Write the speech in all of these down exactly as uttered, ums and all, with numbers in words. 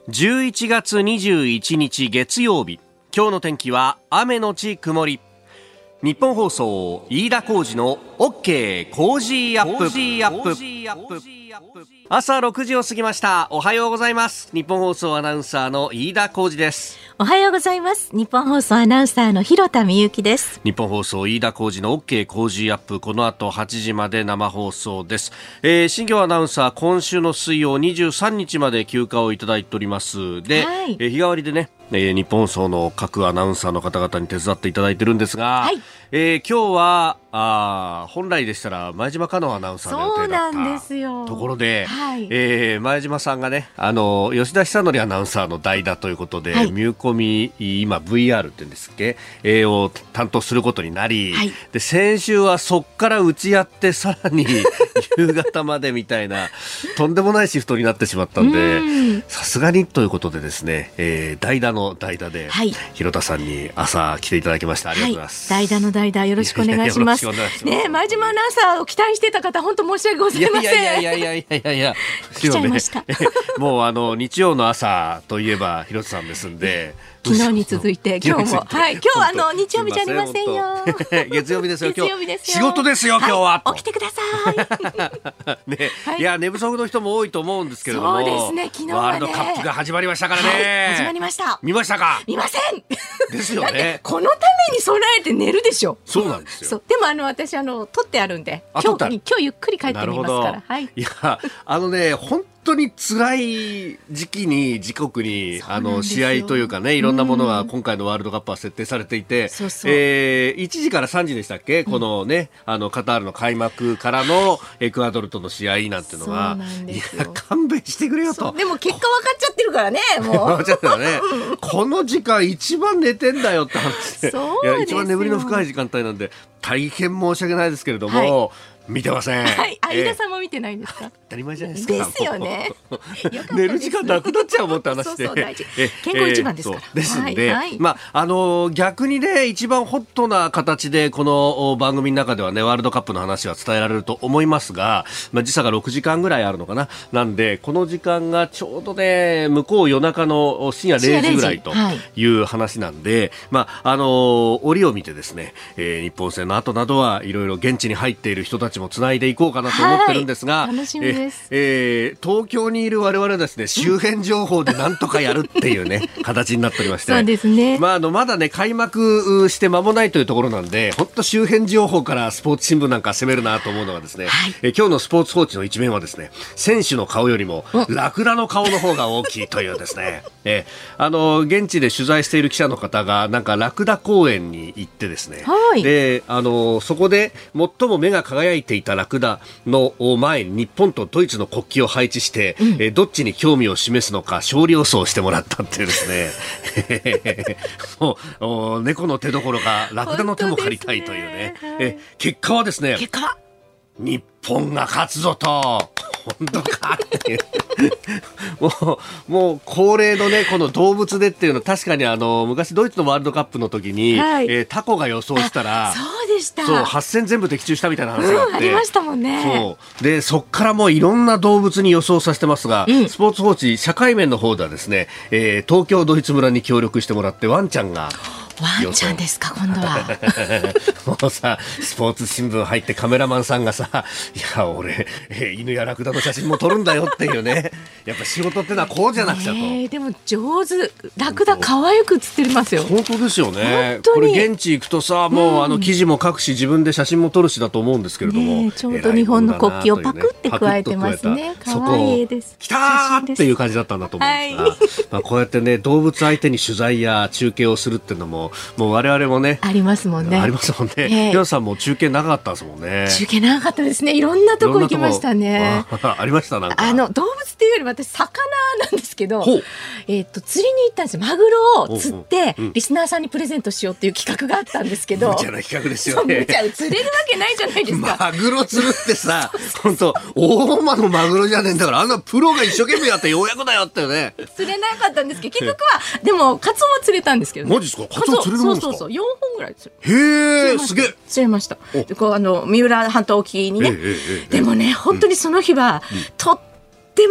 じゅういちがつにじゅういちにち月曜日、今日の天気は雨のち曇り。日本放送飯田浩司の OK コージーアップ。朝ろくじを過ぎました。おはようございます。日本放送アナウンサーの飯田浩司です。 おはようございます。日本放送アナウンサーの広田美幸です。 日本放送飯田浩司の OK コージーアップ、この後はちじまで生放送です。えー、新業アナウンサー、今週の水曜にじゅうさんにちまで休暇をいただいておりますで、はい、えー、日替わりでね、えー、日本放送の各アナウンサーの方々に手伝っていただいてるんですが、はい、えー、今日はあ本来でしたら前島香音アナウンサーの予定だったところで、はい、えー、前島さんがね、あの吉田久典アナウンサーの代打ということで、はい、ミューコミ今 ブイアール って言うんですっけ、えー、を担当することになり、はい、で先週はそっから打ち合ってさらに夕方までみたいなとんでもないシフトになってしまったんで、さすがにということでですね、えー、代打の代打で、はい、広田さんに朝来ていただきました。ありがとうございます。 はい、代打の代打よろしくお願いします。ね、前島アナウンサーを期待してた方、本当申し訳ございません。 いやいやいやいやいやいや来ちゃいました。 もうあの日曜の朝といえば広田さんですんで、 昨日に続いて今日も、はい、今日はあの日曜日じゃありませんよ。 月曜日ですよ。今日仕事ですよ。今日は、 はい、起きてください。 ね、はい、いや寝不足の人も多いと思うんですけれども、 そうですね、昨日はね、 ワールドカップが始まりましたからね。 はい、始まりました。 見ましたか？ 見ません。 ですよね。 このために備えて寝るでしょ。 そうなんですよ。 そうでもあの私あの取ってあるんで、今日今日ゆっくり帰ってみますから。はい。 いやあのね、本当に辛い時期に時刻にあの試合というかね、いろんなものが今回のワールドカップは設定されていて、そうそう、えー、いちじからさんじでしたっけ、うん、このね、あのカタールの開幕からのエクアドルとの試合なんていうのが、いや勘弁してくれよと。 でも結果分かっちゃってるからね、もう分かっちゃったよね。この時間一番寝てんだよって話で、いや一番眠りの深い時間帯なんで大変申し訳ないですけれども、はい、見てません。 はい、相田さんも見てないんですか？ 当たり前じゃないですか。 ですよね。 寝る時間なくなっちゃうもんって話で。 そうそう、大事。健康一番ですから。 えー、ですんで、はい、まああのー、逆にね、一番ホットな形でこの番組の中ではね、ワールドカップの話は伝えられると思いますが、まあ、時差がろくじかんぐらいあるのかな。なんでこの時間がちょうどね、向こう夜中の深夜れいじぐらいという話なんで、はい、まああのー、折を見てですね、えー、日本戦の後などはいろいろ現地に入っている人たちもつないでいこうかなと思ってるんですが、 はい、楽しみです。 えーえー、東京にいる我々はですね、周辺情報でなんとかやるっていうね形になっておりまして、 そうですね、 まあ、あのまだね開幕して間もないというところなんで、本当周辺情報からスポーツ新聞なんか攻めるなと思うのがですね、はい、え今日のスポーツ報知の一面はですね、選手の顔よりもラクダの顔の方が大きいというですね、えあの現地で取材している記者の方がなんかラクダ公園に行ってですね、はい、であのそこで最も目が輝いていたラクダの前に日本とドイツの国旗を配置して、うん、えどっちに興味を示すのか勝利予想してもらったっていうですねもう猫の手どころかラクダの手も借りたいというね、はい、え結果はですね、 結果は日本が勝つぞと。本当かっていうもう、もう恒例のね、この動物でっていうの、確かにあの昔ドイツのワールドカップの時に、はい、えー、タコが予想したら、 そうでした、 そうはっせん全部的中したみたいな話があって、うん、 ありましたもんね。 そうでそっからもういろんな動物に予想させてますが、うん、スポーツ報知社会面の方ではですね、えー、東京ドイツ村に協力してもらってワンちゃんがワンちゃんですか、今度はもうさ、スポーツ新聞入ってカメラマンさんがさ、いや俺、えー、犬やラクダの写真も撮るんだよっていうね、やっぱ仕事ってのはこうじゃなくちゃと、えー、でも上手、ラクダ可愛く写ってますよ。 本当ですよね。これ現地行くとさ、もう、うん、あの記事も書くし自分で写真も撮るしだと思うんですけれども、 ね、ちょうど日本の国旗をパクって加えてますね。可愛いです。 来たーっていう感じだったんだと思うんですが、はい、まあこうやってね、動物相手に取材や中継をするっていうのももう我々もねありますもんね。 ありますもんね。ひろさんも中継長かったですもんね。 中継長かったですね。いろんなとこ行きましたね。 あ, ありました。なんかあの動物っていうより私魚なんですけど、えー、と釣りに行ったんですよ。マグロを釣って、うん、リスナーさんにプレゼントしようっていう企画があったんですけど、 無茶な企画ですよね。 無茶釣れるわけないじゃないですか。 マグロ釣るってさ、本当大間のマグロじゃねえんだから、あんなプロが一生懸命やってようやくだよってね。 釣れなかったんですけど、結局はでもカツオは釣れたんですけど、ね、 マジですか？カツオ釣れるもんですか？ そうそうそう、よんほんぐらい釣れへー、すげえ釣れました。でこうあの三浦半島沖にね、ええええ、でもね本当にその日は、うん、とっても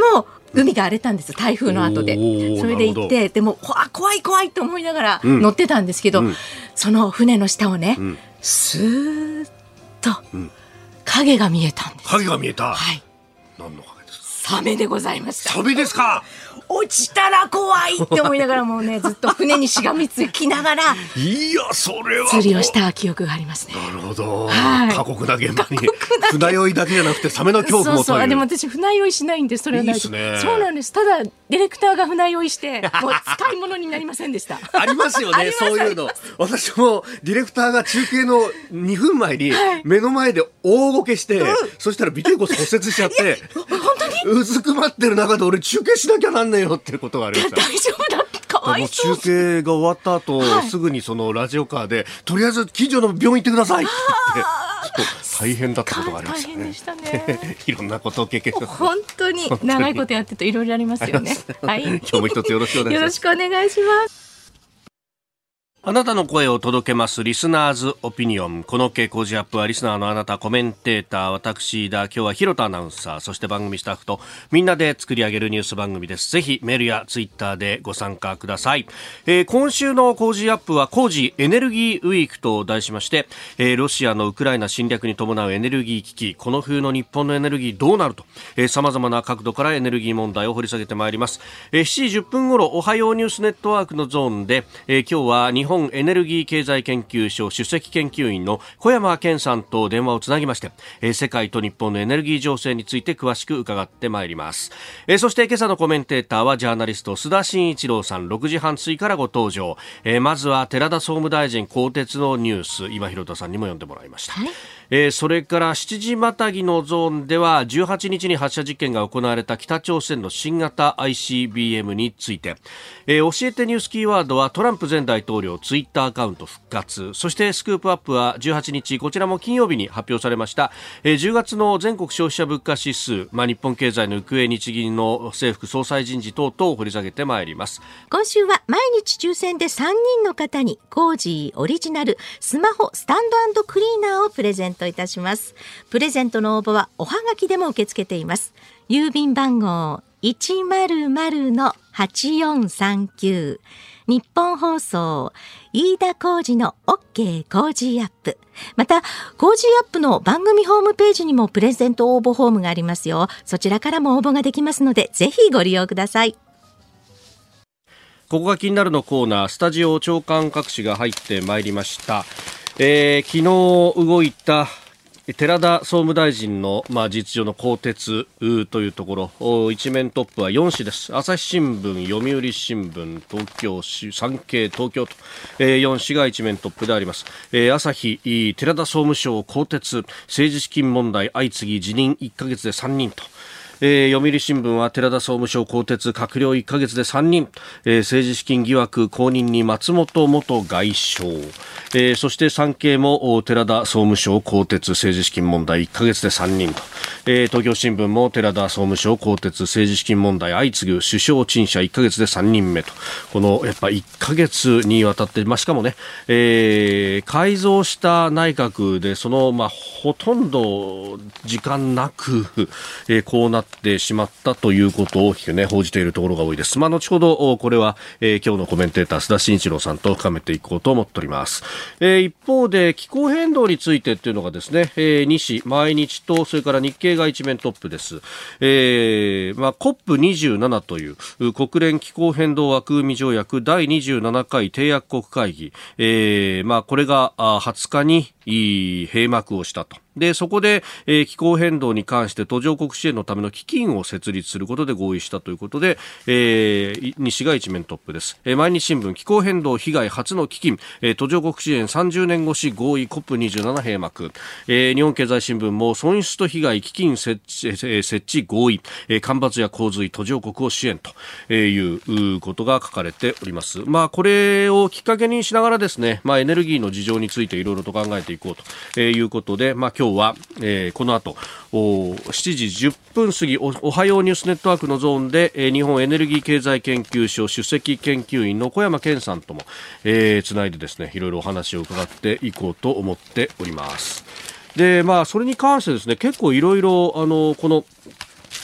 海が荒れたんです、台風の後で。それで行って、でも怖い怖いと思いながら乗ってたんですけど、うん、その船の下をね、うん、スーッと影が見えたんです。 影が見えた。 はい。 何の影ですか？ サメでございました。 サメですか？ 落ちたら怖いって思いながらもうねずっと船にしがみつきながらいやそれは釣りをした記憶がありますね。 なるほど、はい、過酷な現場に船酔いだけじゃなくてサメの恐怖もという。 そうそうでも私船酔いしないんでそれはないですね。そうなんです。ただディレクターが船酔いしてもう使い物になりませんでしたありますよねそういうの。私もディレクターが中継のにふんまえに目の前で大ごけして、はい、そしたら尾てい骨骨折しちゃって本当にうずくまってる中で俺中継しなきゃなんねえよっていうことがありました。 大丈夫だってかわいそう。 中継が終わった後、はい、すぐにそのラジオカーでとりあえず近所の病院行ってくださいって言って大変だったことがありましたね。 大変でしたねいろんなことを経験して本当に長いことやってるといろいろありますよねはい、 今日も一つよろしくお願いします。 よろしくお願いします。 あなたの声を届けますリスナーズオピニオン。この傾向時アップはリスナーのあなた、コメンテーター私だ。今日は広田アナウンサー、そして番組スタッフとみんなで作り上げるニュース番組です。ぜひメールやツイッターでご参加ください。えー、今週の工事アップは工事エネルギーウィークと題しまして、えー、ロシアのウクライナ侵略に伴うエネルギー危機、この冬の日本のエネルギーどうなると、えー、様々な角度からエネルギー問題を掘り下げてまいります。えー、しちじじゅっぷん頃おはようニュースネットワークのゾーンで、えー、今日は日本エネルギー経済研究所首席研究員の小山健さんと電話をつなぎまして、えー、世界と日本のエネルギー情勢について詳しく伺ってまいります。えー、そして今朝のコメンテーターはジャーナリスト須田慎一郎さん、ろくじはん過ぎからご登場。えー、まずは寺田総務大臣更迭のニュース、今広田さんにも読んでもらいました。はい。えー、それからしちじまたぎのゾーンではじゅうはちにちに発射実験が行われた北朝鮮の新型 アイシービーエム について、えー、教えてニュースキーワードはトランプ前大統領ツイッターアカウント復活。そしてスクープアップはじゅうはちにち、こちらも金曜日に発表されました、えー、じゅうがつの全国消費者物価指数、まあ、日本経済の行方、日銀の政府総裁人事等々を掘り下げてまいります。 今週は毎日抽選でさんにんの方にコージーオリジナルスマホスタンド&クリーナーをプレゼントいたします。プレゼントの応募はおはがきでも受け付けています。郵便番号 いちまるまるのはちよんさんきゅう、日本放送飯田浩司の OK コージーアップ。またコージーアップの番組ホームページにもプレゼント応募フォームがありますよ。そちらからも応募ができますのでぜひご利用ください。 ここが気になるのコーナー、スタジオ長官各紙が入ってまいりました。えー、昨日動いた寺田総務大臣の、まあ、事実上の更迭というところ、一面トップはよん紙です。朝日新聞、読売新聞、東京市、産経東京と、えー、よん紙が一面トップであります。えー、朝日、寺田総務省更迭、政治資金問題相次ぎ辞任いっかげつでさんにんと。えー、読売新聞は寺田総務省更迭、閣僚いっかげつでさんにん、えー、政治資金疑惑後任に松本元外相、えー、そして産経も寺田総務省更迭、政治資金問題いっかげつでさんにんと、えー、東京新聞も寺田総務省更迭、政治資金問題相次ぐ首相陳謝いっかげつでさんにんめと、このやっぱいっかげつにわたって、まあ、しかもね、えー、改造した内閣でその、まあ、ほとんど時間なく、えー、こうなってってしまったということを大きく、ね、報じているところが多いです。まあ、後ほどこれは、えー、今日のコメンテーター須田慎一郎さんと深めていこうと思っております。えー、一方で気候変動についてというのがですね、えー、に紙毎日とそれから日経が一面トップです。えーまあ、コップにじゅうなな という国連気候変動枠組条約だいにじゅうななかい締約国会議、えーまあ、これがはつかに閉幕をしたと。でそこで、えー、気候変動に関して途上国支援のための基金を設立することで合意したということで、えー、西が一面トップです。えー、毎日新聞、気候変動被害初の基金、えー、途上国支援さんじゅうねん越し合意 コップにじゅうなな 閉幕、えー、日本経済新聞も損失と被害基金設置、えー、設置合意、えー、干ばつや洪水途上国を支援ということが書かれております。まあ、これをきっかけにしながらですね、まあ、エネルギーの事情についていろいろと考えていこうということで、まあ、今日は、えー、この後しちじじゅっぷん過ぎ お, おはようニュースネットワークのゾーンで、えー、日本エネルギー経済研究所首席研究員の小山健さんとも、えー、つないでですねいろいろお話を伺っていこうと思っております。で、まあ、それに関してですね結構いろいろあのこの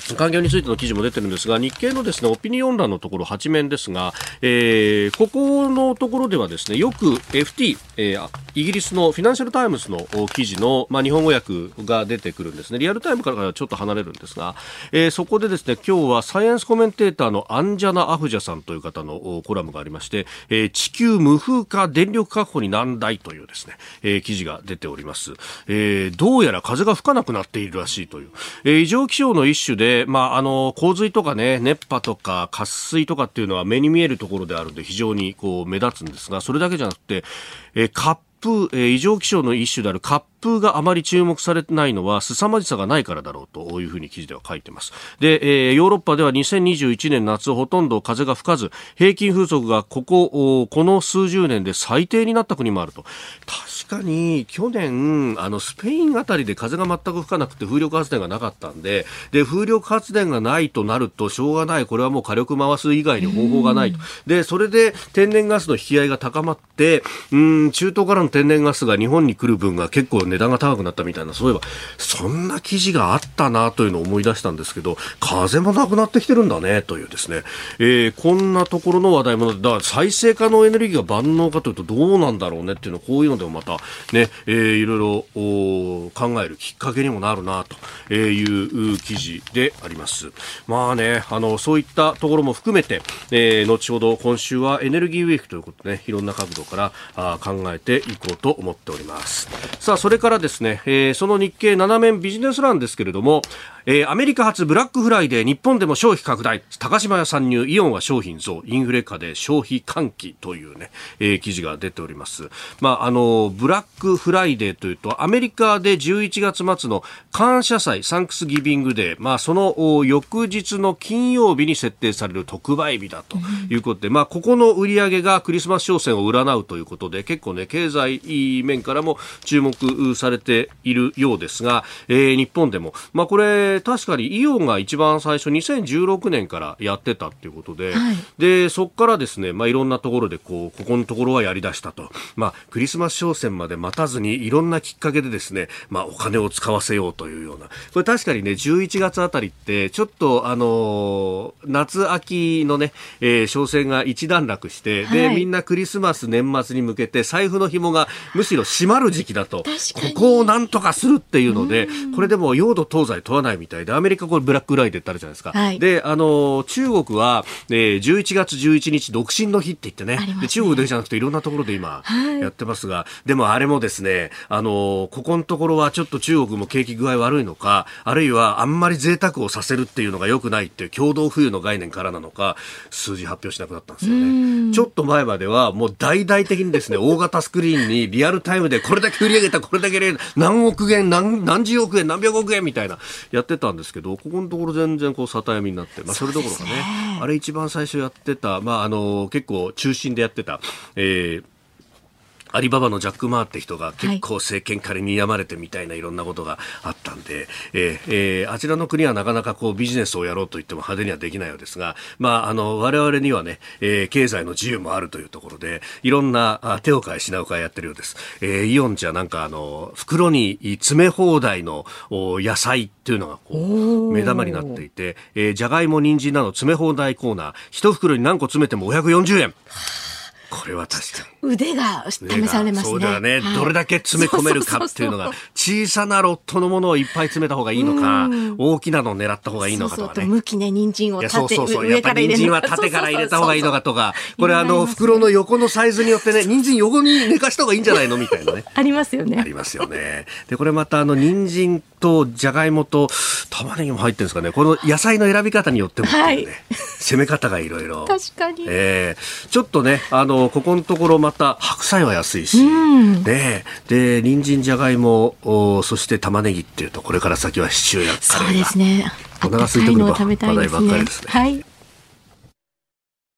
環境についての記事も出てるんですが、日経のですねオピニオン欄のところはち面ですが、えー、ここのところではですねよく エフティー、えー、イギリスのフィナンシャルタイムズの記事の、まあ、日本語訳が出てくるんですね。リアルタイムからはちょっと離れるんですが、えー、そこでですね今日はサイエンスコメンテーターのアンジャナ・アフジャさんという方のコラムがありまして、えー、地球無風化電力確保に難題というですね、えー、記事が出ております。えー、どうやら風が吹かなくなっているらしいという、えー、異常気象の一種で、まあ、あの洪水とかね熱波とか渇水とかっていうのは目に見えるところであるので非常にこう目立つんですが、それだけじゃなくて、えー、活風、えー、異常気象の一種である活風があまり注目されてないのは凄まじさがないからだろうというふうに記事では書いています。で、えー、ヨーロッパではにせんにじゅういちねん夏ほとんど風が吹かず、平均風速がこここの数十年で最低になった国もあると。確かに去年あのスペインあたりで風が全く吹かなくて風力発電がなかったんで、で風力発電がないとなるとしょうがない、これはもう火力回す以外に方法がないと。でそれで天然ガスの引き合いが高まって、うーん中東からの天然ガスが日本に来る分が結構値段が高くなったみたいな、そういえばそんな記事があったなというのを思い出したんですけど、風もなくなってきてるんだねというですね、えー、こんなところの話題も、だから再生可能エネルギーが万能かというとどうなんだろうねっていうの、こういうのでもまたね、えー、いろいろ考えるきっかけにもなるなという記事であります。まあね、あのそういったところも含めて、えー、後ほど今週はエネルギーウィークということで、ね、いろんな角度からあ考えていこうと思っております。さあそれからですね、えー、その日経なな面ビジネス欄ですけれども、えー、アメリカ発ブラックフライデー、日本でも消費拡大、高島屋参入、イオンは商品増、インフレ下で消費喚起というね、えー、記事が出ております。まああのブラックフライデーというとアメリカでじゅういちがつ末の感謝祭サンクスギビングデー、まあその翌日の金曜日に設定される特売日だということで、うん、まあここの売り上げがクリスマス商戦を占うということで結構ね経済面からも注目されているようですが、えー、日本でもまあこれ確かにイオンが一番最初にせんじゅうろくねんからやってたっていうことで、はい、でそこからですね、まあ、いろんなところでこうここのところはやりだしたと、まあ、クリスマス商戦まで待たずにいろんなきっかけでですね、まあ、お金を使わせようというような、これ確かにねじゅういちがつあたりってちょっとあのー、夏秋のね、えー、商戦が一段落して、はい、でみんなクリスマス年末に向けて財布の紐がむしろ締まる時期だと、ここをなんとかするっていうので、これでも陽土東西問わないみたいで、アメリカこれブラックフライデーってあるじゃないですか、はい、であの中国は、えー、じゅういちがつじゅういちにち独身の日って言って ね, ねで中国だけじゃなくていろんなところで今やってますが、はい、でもあれもですね、あのここのところはちょっと中国も景気具合悪いのか、あるいはあんまり贅沢をさせるっていうのが良くないっていう共同富裕の概念からなのか、数字発表しなくなったんですよね。ちょっと前まではもう大々的にですね大型スクリーンにリアルタイムでこれだけ売り上げた、これだけ何億円 何, 何十億円何百億円みたいなやってたんですけど、ここのところ全然こう里闇になって、まあ、それどころかね、あれ一番最初やってた、まあ、あの結構中心でやってた、えーアリババのジャック・マーって人が結構政権から睨まれてみたいないろんなことがあったんで、えーえー、あちらの国はなかなかこうビジネスをやろうと言っても派手にはできないようですが、まあ、あの我々にはね、えー、経済の自由もあるというところでいろんな手を変え品を変えやってるようです。えー、イオンじゃなんかあの袋に詰め放題の野菜っていうのがこう目玉になっていて、えー、じゃがいも人参など詰め放題コーナー一袋に何個詰めてもごひゃくよんじゅうえん。これは確かに腕が試されますね。 そうだよね、はい、どれだけ詰め込めるかっていうのが、小さなロットのものをいっぱい詰めた方がいいのか、大きなのを狙った方がいいのかとかね。 そうそう、向きね人参を縦、 そうそうそう、やっぱり人参は縦から入れた方がいいのかとか、これあの袋の横のサイズによってね、人参横に寝かした方がいいんじゃないのみたいなねありますよね。 ありますよね。でこれまたあの人参とじゃがいもと玉ねぎも入ってるんですかね。この野菜の選び方によっても、ね、はい、攻め方がいろいろ。 確かに、 えー、ちょっとねあのここのところまた白菜は安いし、うん、ね、で人参じゃがいもそして玉ねぎっていうとこれから先はシチューやカレーが、 そうですね、 お腹空いてくる話題ばっかりですね。 はい、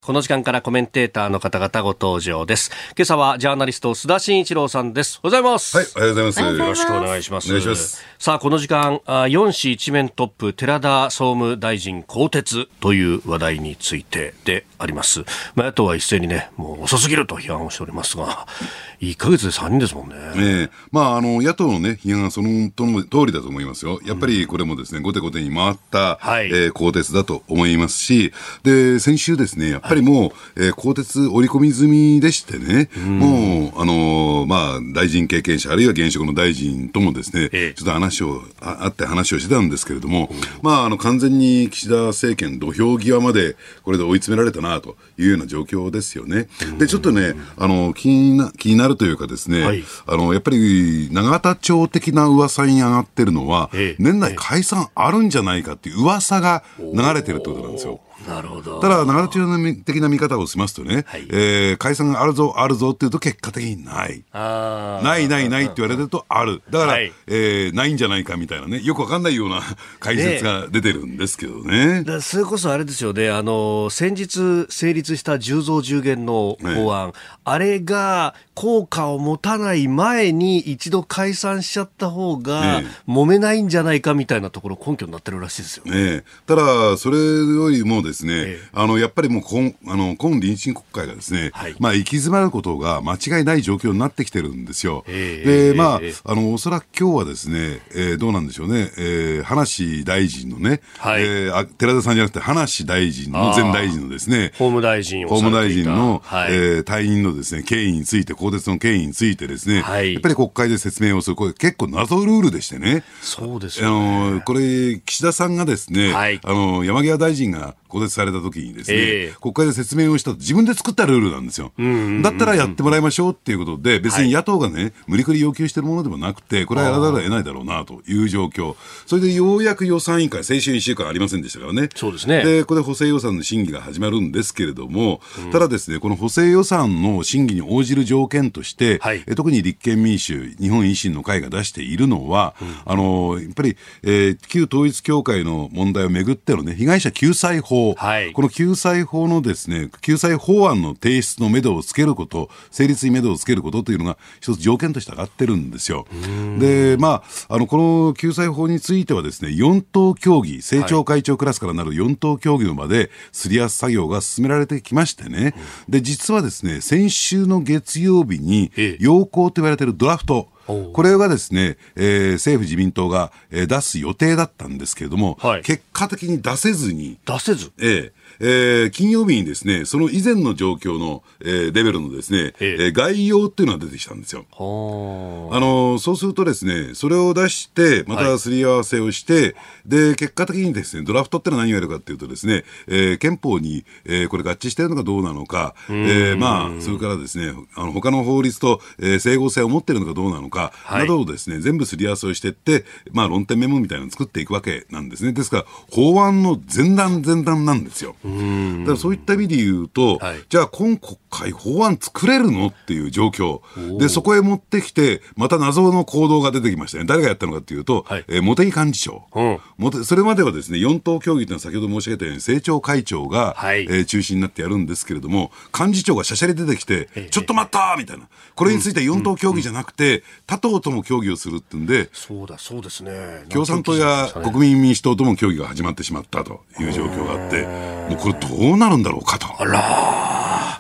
この時間からコメンテーターの方々ご登場です。今朝はジャーナリスト須田慎一郎さんです。おはようございます。 はい、おはようございます。 よろしくお願いします。 お願いします。 さあこの時間よん紙一面トップ寺田総務大臣更迭という話題についてであります。まあ、野党は一斉にねもう遅すぎると批判をしておりますが、いっかげつでさんにんですもんね。 えー、まああの野党のね批判はその通りだと思いますよ。やっぱりこれもですね後手後手に回った、はい、えー、更迭だと思いますし、で先週ですねやっぱりもう、はい、えー、更迭織り込み済みでしてね、うん、もうあのー、まあ大臣経験者あるいは現職の大臣ともですね、えー、ちょっと話をああって話をしてたんですけれども、うん、まああの完全に岸田政権土俵際までこれで追い詰められたなというような状況ですよね。うん、でちょっとねあの気にな気になるというかですね、はい、あのやっぱり永田町的な噂に上がってるのは、えー、年内解散あるんじゃないかっていう噂が流れてるってことなんですよ。 なるほど。 ただ永田町的な見方をしますとね、はい、えー、解散があるぞあるぞっていうと結果的にないあないないないって言われてるとあるだから、はい、えー、ないんじゃないかみたいなねよくわかんないような解説が出てるんですけどね。 だからそれこそあれですよね、あの先日成立したじゅうぞうじゅうげんの法案、ね、あれが効果を持たない前に一度解散しちゃった方が揉めないんじゃないかみたいなところ根拠になってるらしいですよね。ねただそれよりもですね、ええ、あのやっぱりもう今あの今臨時国会がですね、はい、まあ、行き詰まることが間違いない状況になってきてるんですよ。えでまあ、えあのおそらく今日はですね、えー、どうなんでしょうね、えー、葉梨大臣のね、はい、えー、あ寺田さんじゃなくて葉梨大臣の前大臣のですね法務大臣を法務大臣の、はい、えー、退任のですね経緯について更迭の経緯についてですね、はい、やっぱり国会で説明をするこれ結構謎ルールでしてね。 そうですよね。 あのこれ岸田さんがですね、はい、あの山際大臣が更迭された時にですね、えー、国会で説明をしたと自分で作ったルールなんですよ。だったらやってもらいましょうっていうことで、別に野党がね、はい、無理くり要求しているものでもなくて、これはやらざるを得ないだろうなという状況。それでようやく予算委員会、先週いっしゅうかんありませんでしたからね。 そうですね。 で、これ補正予算の審議が始まるんですけれども、うん、ただですね、この補正予算の審議に応じる条件として、はい、え特に立憲民主、日本維新の会が出しているのは、うん、あの、やっぱり、えー、旧統一教会の問題をめぐってのね、被害者救済法、はい、この救済法のですね、救済法案の提出の目処をつけること、成立に目処をつけることというのが一つ条件として上がってるんですよ。で、まあ、あの、この救済法についてはですね、よん党協議、政調会長クラスからなるよん党協議の場ですり合わせ作業が進められてきましてね。で、実はですね、先週の月曜日に要項と言われているドラフト、これがですね、えー、政府自民党が、えー、出す予定だったんですけれども、はい、結果的に出せずに。 出せずえーえー、金曜日にですね、その以前の状況の、えー、レベルのですね、ええー、概要っていうのが出てきたんですよ。あの、そうするとですね、それを出して、またすり合わせをして、はい、で、結果的にですね、ドラフトってのは何をやるかっていうとですね、えー、憲法に、えー、これ合致しているのかどうなのか、えー、まあ、それからですね、あの、他の法律と、えー、整合性を持っているのかどうなのか、はい、などをですね、全部すり合わせをしていって、まあ、論点メモみたいなのを作っていくわけなんですね。ですから、法案の前段前段なんですよ。うんだからそういった意味で言うと、はい、じゃあ今国会法案作れるのっていう状況で、そこへ持ってきてまた謎の行動が出てきましたね。誰がやったのかというと、はい、えー、茂木幹事長、うん、それまではですねよん党協議というのは先ほど申し上げたように政調会長が、はい、えー、中心になってやるんですけれども、幹事長がしゃしゃり出てきて、えー、ちょっと待ったみたいな、これについてよん党協議じゃなくて、うん、他党とも協議をするってんで、 そうだそうですね、 共産党や国民民主党とも協議が始まってしまったという状況があって、もうこれどうなるんだろうかと。 あら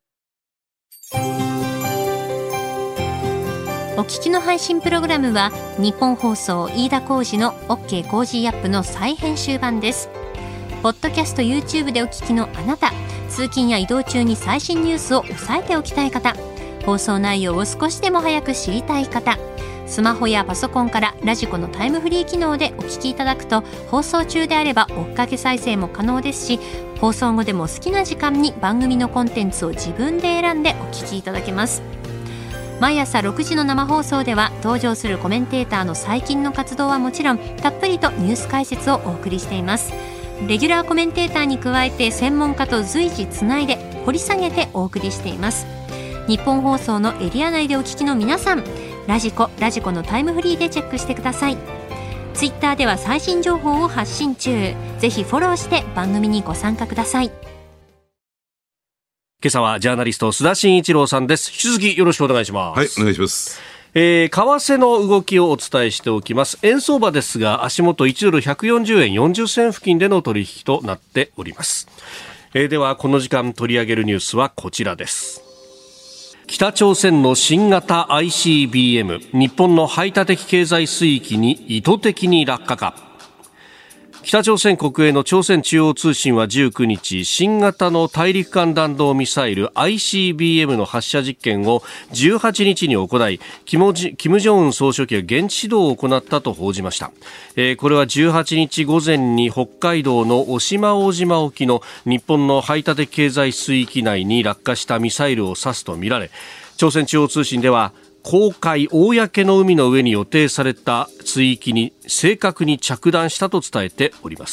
お聞きの配信プログラムは日本放送飯田浩司の OK コージーアップの再編集版です。ポッドキャスト YouTube でお聞きのあなた、通勤や移動中に最新ニュースを押さえておきたい方、放送内容を少しでも早く知りたい方、スマホやパソコンからラジコのタイムフリー機能でお聞きいただくと、放送中であれば追っかけ再生も可能ですし、放送後でも好きな時間に番組のコンテンツを自分で選んでお聞きいただけます。毎朝ろくじの生放送では登場するコメンテーターの最近の活動はもちろん、たっぷりとニュース解説をお送りしています。レギュラーコメンテーターに加えて専門家と随時つないで掘り下げてお送りしています。日本放送のエリア内でお聞きの皆さん、ラジコ、ラジコのタイムフリーでチェックしてください。ツイッターでは最新情報を発信中。ぜひフォローして番組にご参加ください。 今朝はジャーナリスト須田慎一郎さんです。引き続きよろしくお願いします。 はい、お願いします。 えー、為替の動きをお伝えしておきます。円相場ですが足元いちドルひゃくよんじゅうえんよんじゅっせん付近での取引となっております。えー、ではこの時間取り上げるニュースはこちらです。北朝鮮の新型 アイシービーエム 日本の排他的経済水域に意図的に落下か。北朝鮮国営の朝鮮中央通信はじゅうくにち、新型の大陸間弾道ミサイル アイシービーエム の発射実験をじゅうはちにちに行い、キム・ジョンウン総書記が現地指導を行ったと報じました。えー、これはじゅうはちにち午前に北海道の渡島大島沖の日本の排他的経済水域内に落下したミサイルを指すとみられ、朝鮮中央通信では公海公の海の上に予定された水域に正確に着弾したと伝えております。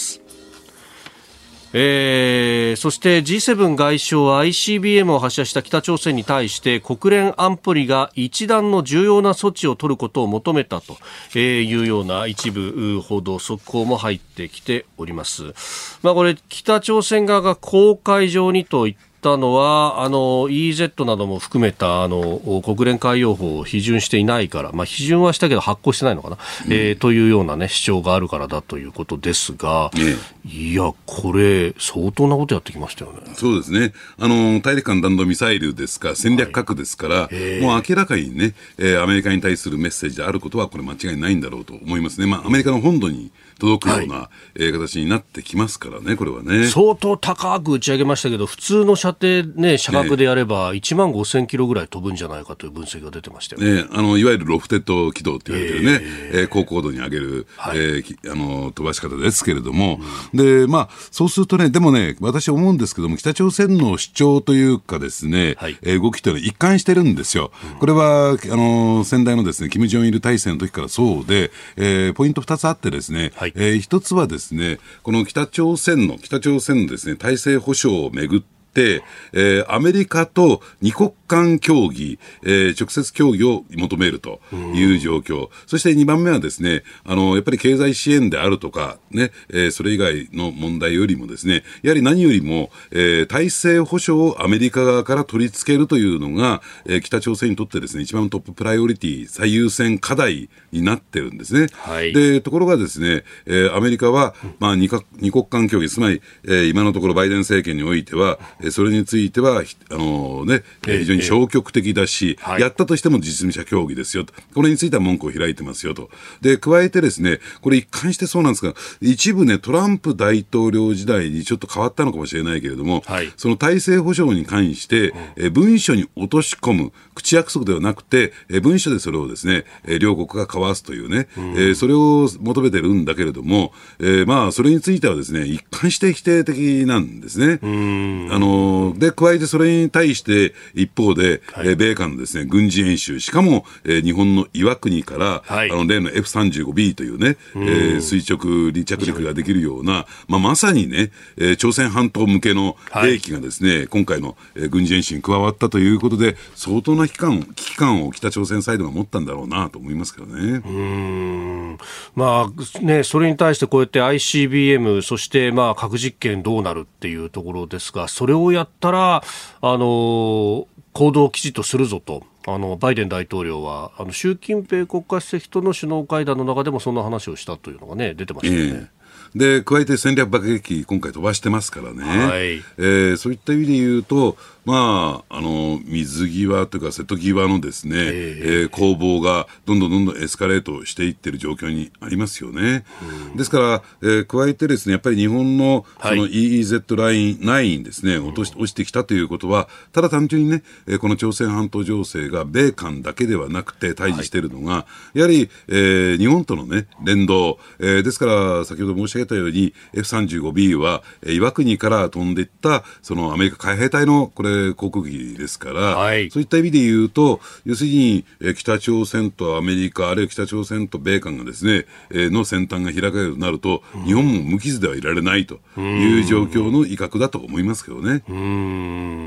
えー、そして ジーセブン 外相は アイシービーエム を発射した北朝鮮に対して国連安保理が一段の重要な措置を取ることを求めたというような一部報道速報も入ってきております。まあ、これ北朝鮮側が公海上にといってたのはあの イーゼット なども含めたあの国連海洋法を批准していないから、まあ、批准はしたけど発行してないのかな、うんえー、というような、ね、主張があるからだということですが、ね、いやこれ相当なことやってきましたよね。 そうですね。あの大陸間弾道ミサイルですから戦略核ですから、はい、もう明らかにね、えー、アメリカに対するメッセージであることはこれ間違いないんだろうと思いますね。まあ、アメリカの本土に届くような、はいえー、形になってきますからね。これはね相当高く打ち上げましたけど普通の射程、ね、射角でやればいちまんごせんキロぐらい飛ぶんじゃないかという分析が出てましたよ ね, ねあのいわゆるロフテッド軌道と言われてるね、えーえー、高高度に上げる、はいえー、あの飛ばし方ですけれども、うん、でまあ、そうするとねでもね私思うんですけども北朝鮮の主張というかですね、はいえー、動きというのは一貫してるんですよ、うん、これはあの先代のですねキム・ジョンイル体制の時からそうで、えー、ポイントふたつあってですね、はいえー、ひとつはですねこの北朝鮮の北朝鮮のですね体制保障をめぐってでえー、アメリカと二国間協議、えー、直接協議を求めるという状況、そしてにばんめはですねあのやっぱり経済支援であるとか、ねえー、それ以外の問題よりもですねやはり何よりも、えー、体制保障をアメリカ側から取り付けるというのが、えー、北朝鮮にとってですね一番トッププライオリティ最優先課題になってるんですね、はい、でところがですね、えー、アメリカは、まあ、二国、二国間協議つまり、えー、今のところバイデン政権においてはそれについてはあの、ね、非常に消極的だし、えーはい、やったとしても実務者協議ですよと、これについては門戸を開いてますよと。で加えてですねこれ一貫してそうなんですが一部ねトランプ大統領時代にちょっと変わったのかもしれないけれども、はい、その体制保障に関して、うんえ文書に落とし込む口約束ではなくてえ文書でそれをですねえ両国が交わすというね、うんえそれを求めてるんだけれども、えまあそれについてはですね一貫して否定的なんですね。うんあので加えてそれに対して一方で、はい、え米韓のですね軍事演習しかも、えー、日本の岩国から、はい、あの例の エフさんじゅうごビー というね、えー、垂直離着陸ができるような、まあ、まさにね、えー、朝鮮半島向けの兵器がですね、はい、今回の、えー、軍事演習に加わったということで相当な危機感、危機感を北朝鮮サイドが持ったんだろうなと思いますけどね。うーんまあねそれに対してこうやって アイシービーエム そしてまあ核実験どうなるっていうところですがそれをやったらあの行動をきちっとするぞとあのバイデン大統領はあの習近平国家主席との首脳会談の中でもそんな話をしたというのが、ね、出てましたよね。えーで加えて戦略爆撃機今回飛ばしてますからね、はいえー、そういった意味で言うと、まあ、あの水際というか瀬戸際のですね、えーえー、攻防がどんどんどんどんエスカレートしていってる状況にありますよね。ですから、えー、加えてですねやっぱり日本のその イーイーゼット ラインナインですね、はい、落とし、落ちてきたということはただ単純にね、えー、この朝鮮半島情勢が米韓だけではなくて対峙しているのが、はい、やはり、えー、日本との、ね、連動、えー、ですから先ほど申し上げたように エフさんじゅうごビー は岩国から飛んでいったそのアメリカ海兵隊のこれ航空機ですから、はい、そういった意味で言うと要するに北朝鮮とアメリカあるいは北朝鮮と米韓がですねの先端が開かれるようになると、うん、日本も無傷ではいられないという状況の威嚇だと思いますけどね。 うーん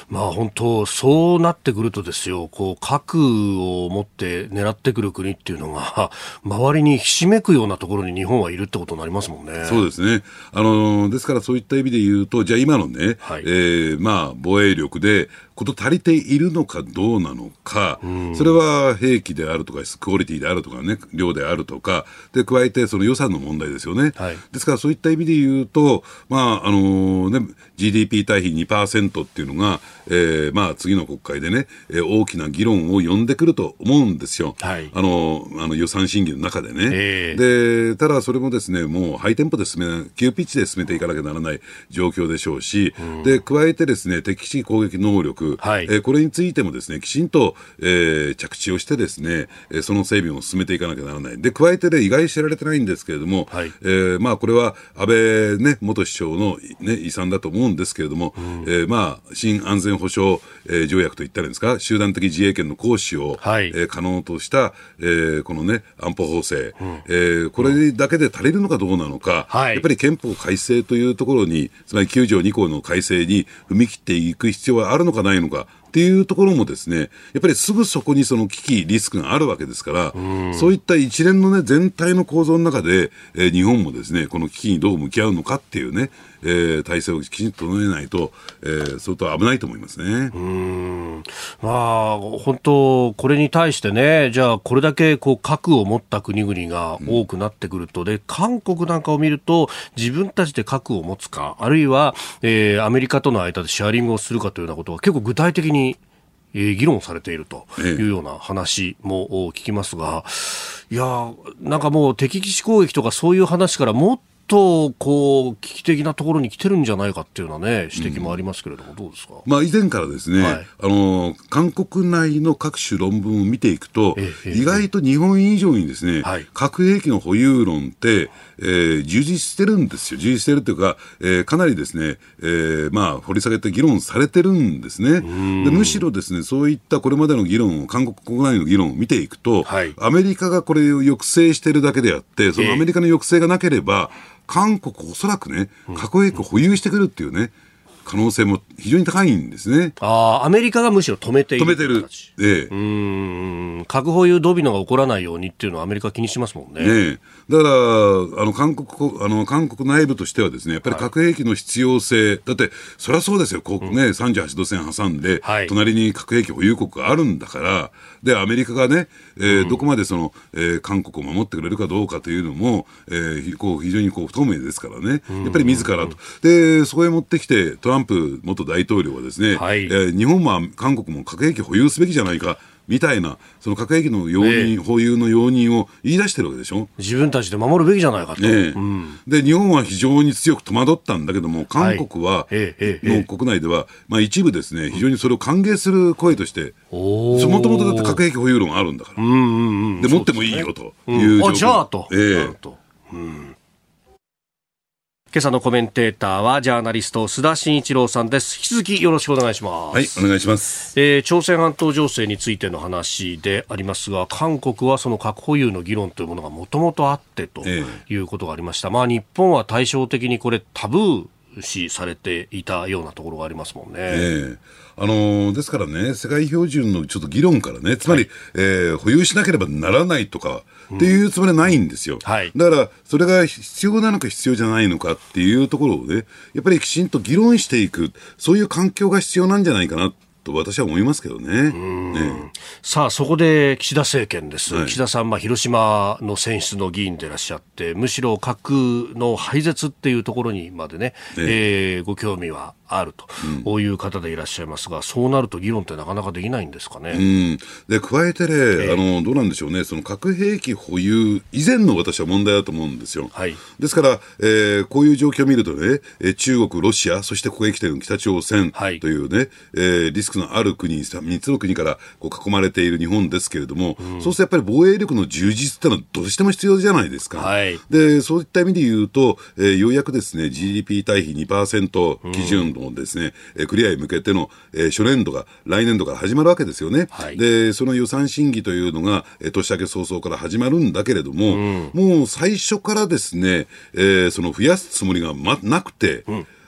まあ、本当そうなってくるとですよ、こう核を持って狙ってくる国っていうのが周りにひしめくようなところに日本はいるってことになりますもんね。 そうですね。あのですからそういった意味で言うと、じゃあ今のね、はい、えー、まあ防衛力でこと足りているのかどうなのか、それは兵器であるとかクオリティであるとかね、量であるとかで、加えてその予算の問題ですよね、はい、ですからそういった意味で言うと、まああのね、ジーディーピー 対比 にパーセント っていうのが、えーまあ、次の国会でね、えー、大きな議論を呼んでくると思うんですよ、はい、あのあの予算審議の中でね、えー、でただそれもですね、もうハイテンポで進め急ピッチで進めていかなきゃならない状況でしょうし、うん、で加えてですね、敵基地攻撃能力、はい、えー、これについてもですね、きちんと、えー、着地をしてですね、えー、その整備を進めていかなきゃならない。で加えて、ね、意外に知られてないんですけれども、はい、えーまあ、これは安倍、ね、元首相の、ね、遺産だと思うんですけれども、うん、えーまあ、新安全保障、えー、条約といったらいいんですか、集団的自衛権の行使を、はい、えー、可能とした、えー、この、ね、安保法制、うん、えー、これだけで足りるのかどうなのか、はい、やっぱり憲法改正というところに、つまりきゅう条に項の改正に踏み切っていく必要はあるのかないのかっていうところもですね、やっぱりすぐそこにその危機リスクがあるわけですから、うん、そういった一連の、ね、全体の構造の中で、えー、日本もですね、この危機にどう向き合うのかっていうね、えー、体制をきちんと整えないと、えー、相当危ないと思いますね。 うーん、まあ、本当これに対してね、じゃあこれだけこう核を持った国々が多くなってくると、うん、で韓国なんかを見ると自分たちで核を持つか、あるいは、えー、アメリカとの間でシェアリングをするかというようなことが結構具体的にえー、議論されているというような話も聞きますが、いやなんかもう敵基地攻撃とかそういう話からもっとこう危機的なところに来てるんじゃないかっていうような、ね、指摘もありますけれども、うん、どうですか。 まあ、以前からですね、はい、あの韓国内の各種論文を見ていくと、ええ、意外と日本以上にですね、はい、核兵器の保有論って、えー、充実してるんですよ。充実してるというか、えー、かなりですね、えーまあ、掘り下げて議論されてるんですね。でむしろですね、そういったこれまでの議論を、韓国国内の議論を見ていくと、はい、アメリカがこれを抑制してるだけであって、そのアメリカの抑制がなければ、えー韓国おそらくね、核兵器を保有してくるっていうね、可能性も非常に高いんですね。 ああ、アメリカがむしろ止めている。 止めてる。ええ、 うーん、核保有ドミノが起こらないようにっていうのはアメリカ気にしますもんね。ねえ、だからあの韓国あの韓国内部としてはですね、やっぱり核兵器の必要性、はい、だってそりゃそうですよ。こうね、うん、さんじゅうはちど線挟んで、はい、隣に核兵器保有国があるんだから、でアメリカがね、えーうん、どこまでその、えー、韓国を守ってくれるかどうかというのも、えー、こう非常にこう不透明ですからね。やっぱり自らと、でそこへ持ってきてトランプ元大統領はですね、はい、えー、日本も韓国も核兵器保有すべきじゃないかみたいな、その核兵器の容認、ね、保有の容認を言い出してるわけでしょ。 自分たちで守るべきじゃないかと、ね、 うん、で日本は非常に強く戸惑ったんだけども、韓国は、はい、の国内では、まあ、一部ですね、非常にそれを歓迎する声として、もともとだって核兵器保有論があるんだから、うんうんうん、で持ってもいいよという状況、 うん、あじゃあと、えーとうん、今朝のコメンテーターはジャーナリスト須田慎一郎さんです。引き続きよろしくお願いします。 はい、お願いします。 えー、朝鮮半島情勢についての話でありますが、韓国はその核保有の議論というものがもともとあってということがありました。えー、まあ日本は対照的にこれタブー視されていたようなところがありますもんね。 えーあのー、ですからね、世界標準のちょっと議論からね、つまり、はい、えー、保有しなければならないとかっていうつもりはないんですよ。うん、はい、だからそれが必要なのか必要じゃないのかっていうところをね、やっぱりきちんと議論していく、そういう環境が必要なんじゃないかなと私は思いますけど ね, ねさあそこで岸田政権です、はい、岸田さん、まあ、広島の選出の議員でいらっしゃって、むしろ核の廃絶っていうところにまでね、ええー、ご興味はあるという方でいらっしゃいますが、うん、そうなると議論ってなかなかできないんですかね。 うん、で加えてね、えー、あのどうなんでしょうね、その核兵器保有以前の私は問題だと思うんですよ。はい、ですから、えー、こういう状況を見るとね、中国、ロシア、そしてここへ来ている北朝鮮というね、はい、えー、リスクのある国、みっつの国からこう囲まれている日本ですけれども、うん、そうするとやっぱり防衛力の充実ってのはどうしても必要じゃないですか。はい、でそういった意味で言うと、えー、ようやくですね ジーディーピー 対比 にパーセント 基準のですね、うん、クリアへ向けての、えー、初年度が来年度から始まるわけですよね。はい、でその予算審議というのが、えー、年明け早々から始まるんだけれども、うん、もう最初からですね、えー、その増やすつもりが、ま、なくて、うん、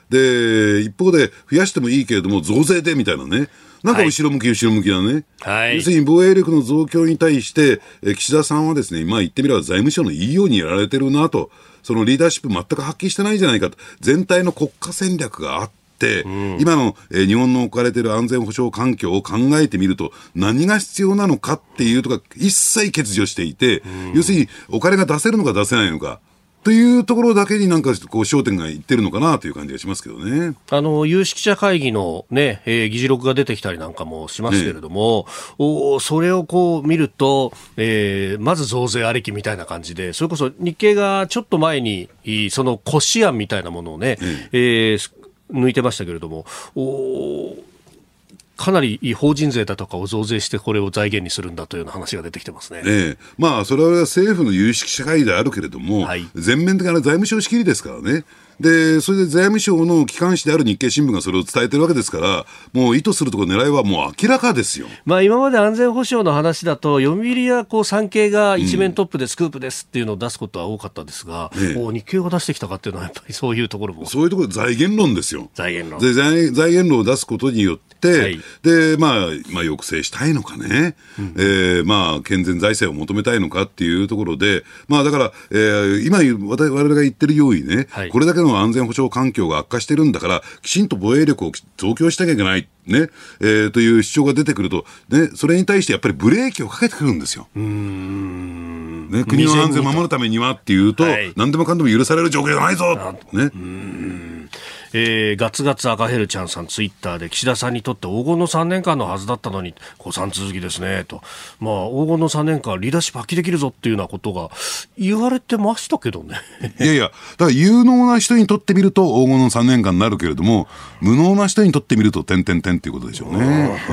で一方で増やしてもいいけれども増税でみたいなね、なんか後ろ向き、はい、後ろ向きなね、はい、要するに防衛力の増強に対してえ岸田さんはですね、まあ言ってみれば財務省のいいようにやられてるなと、そのリーダーシップ全く発揮してないじゃないかと、全体の国家戦略があって、うん、今の、えー、日本の置かれている安全保障環境を考えてみると何が必要なのかっていうとか一切欠如していて、うん、要するにお金が出せるのか出せないのかというところだけになんかこう焦点がいってるのかなという感じがしますけどね。 あの有識者会議の、ねえー、議事録が出てきたりなんかもしますけれども、ね、おそれをこう見ると、えー、まず増税ありきみたいな感じで、それこそ日経がちょっと前にその骨子案みたいなものをね、ねえー、抜いてましたけれども、おかなり法人税だとかを増税してこれを財源にするんだというような話が出てきてますね。 ええ、まあそれは政府の有識者会議であるけれども、はい、全面的な財務省仕切りですからね。でそれで財務省の機関紙である日経新聞がそれを伝えてるわけですから、もう意図するところ狙いはもう明らかですよ。 まあ、今まで安全保障の話だと読売やこう産経が一面トップでスクープですっていうのを出すことは多かったですが、うん、もう日経が出してきたかっていうのはやっぱりそういうところも、 そういうところで財源論ですよ。 財源論で 財, 財源論を出すことによって、はい、でまあ、まあ抑制したいのかね、うん、えー、まあ健全財政を求めたいのかっていうところで、まあだから、えー、今我々が言ってるようにね、はい、これだけの安全保障環境が悪化してるんだからきちんと防衛力を増強しなきゃいけないね、えー、という主張が出てくると、ね、それに対してやっぱりブレーキをかけてくるんですよ。うーん、ね、国の安全を守るためにはっていうと、はい、何でもかんでも許される状況じゃないぞ、ね、うーん、 えー、ガツガツ赤ヘルちゃんさんツイッターで岸田さんにとって黄金のさんねんかんのはずだったのに誤算続きですねと、まあ、黄金のさんねんかんリーダーシップ発揮できるぞっていうようなことが言われてましたけどねいやいや、だから有能な人にとってみると黄金のさんねんかんになるけれども、無能な人にとってみると点々点っていうことでしょうね。うん、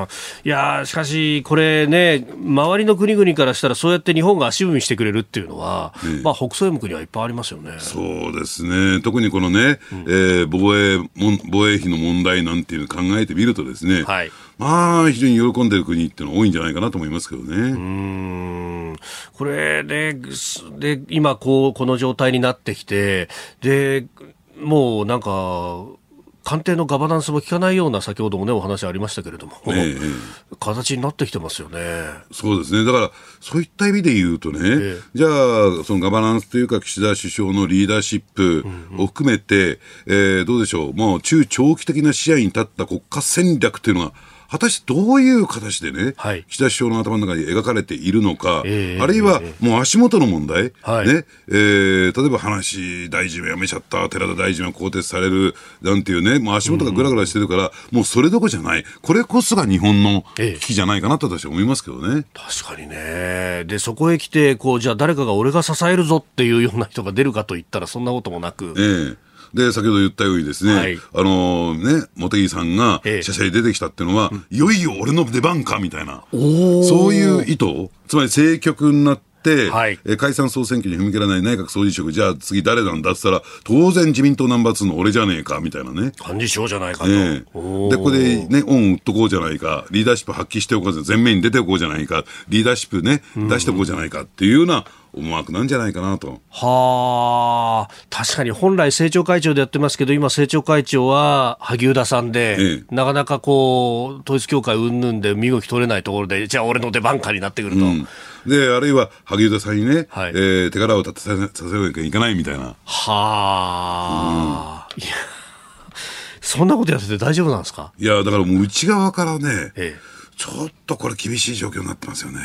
いやしかしこれね、周りの国々からしたらそうやって日本が足踏みしてくれるっていうのは、ね、まあ、北総国にはいっぱいありますよね。 そうですね、特にこのね、うん、えー、防衛も防衛費の問題なんていうのを考えてみるとですね、はい、まあ非常に喜んでる国っていうのは多いんじゃないかなと思いますけどね。うーん、これで、で今こうこの状態になってきて、でもうなんか官邸のガバナンスも効かないような、先ほどもねお話ありましたけれども、ええ、形になってきてますよね。 そうですね、だからそういった意味で言うとね、ええ、じゃあそのガバナンスというか岸田首相のリーダーシップを含めて、うんうん、えー、どうでしょう、もう中長期的な視野に立った国家戦略というのが果たしてどういう形でね、はい、岸田首相の頭の中に描かれているのか、えー、あるいはもう足元の問題、はい、ね、えー、例えば話大臣を辞めちゃった寺田大臣は更迭されるなんていうね、もう足元がぐらぐらしてるから、うん、もうそれどころじゃない、これこそが日本の危機じゃないかなと私は思いますけどね。 えー、確かにね。でそこへ来てこう、じゃあ誰かが俺が支えるぞっていうような人が出るかといったらそんなこともなく、えーで先ほど言ったようにですね、はい、あのー、ね、茂木さんが社舎に出てきたっていうのは、ええ、いよいよ俺の出番かみたいな、そういう意図、つまり政局になって、はい、え解散総選挙に踏み切らない内閣総理職、じゃあ次誰なんだって言ったら当然自民党ナンバーツーの俺じゃねえかみたいなね、 幹事長じゃないかと、 えー、でここでね恩を売っとこうじゃないか、リーダーシップ発揮しておこう、前面に出ておこうじゃないか、リーダーシップね出しておこうじゃないかっていうような思惑なんじゃないかなと。 はあ、確かに本来政調会長でやってますけど、今政調会長は萩生田さんで、ええ、なかなかこう統一教会云々で身動き取れないところで、じゃあ俺の出番かになってくると、うん、 であるいは萩生田さんにね、はい、えー、手柄を立てさせなきゃいけないみたいな。はあ、うん、いやそんなことやってて大丈夫なんですか。 いやだからもう内側からね、ええ、ちょっとこれ厳しい状況になってますよね。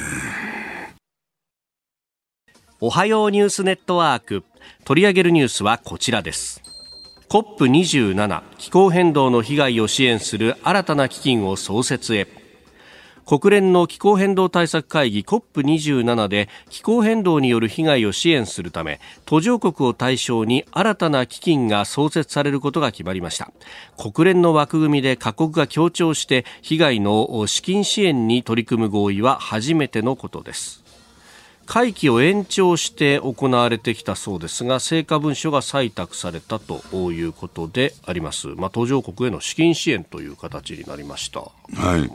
おはようニュースネットワーク、取り上げるニュースはこちらです。 コップにじゅうなな 気候変動の被害を支援する新たな基金を創設へ。国連の気候変動対策会議 コップにじゅうなな で気候変動による被害を支援するため途上国を対象に新たな基金が創設されることが決まりました。国連の枠組みで各国が協調して被害の資金支援に取り組む合意は初めてのことです。会期を延長して行われてきたそうですが、成果文書が採択されたということであります。まあ、途上国への資金支援という形になりました。 はい、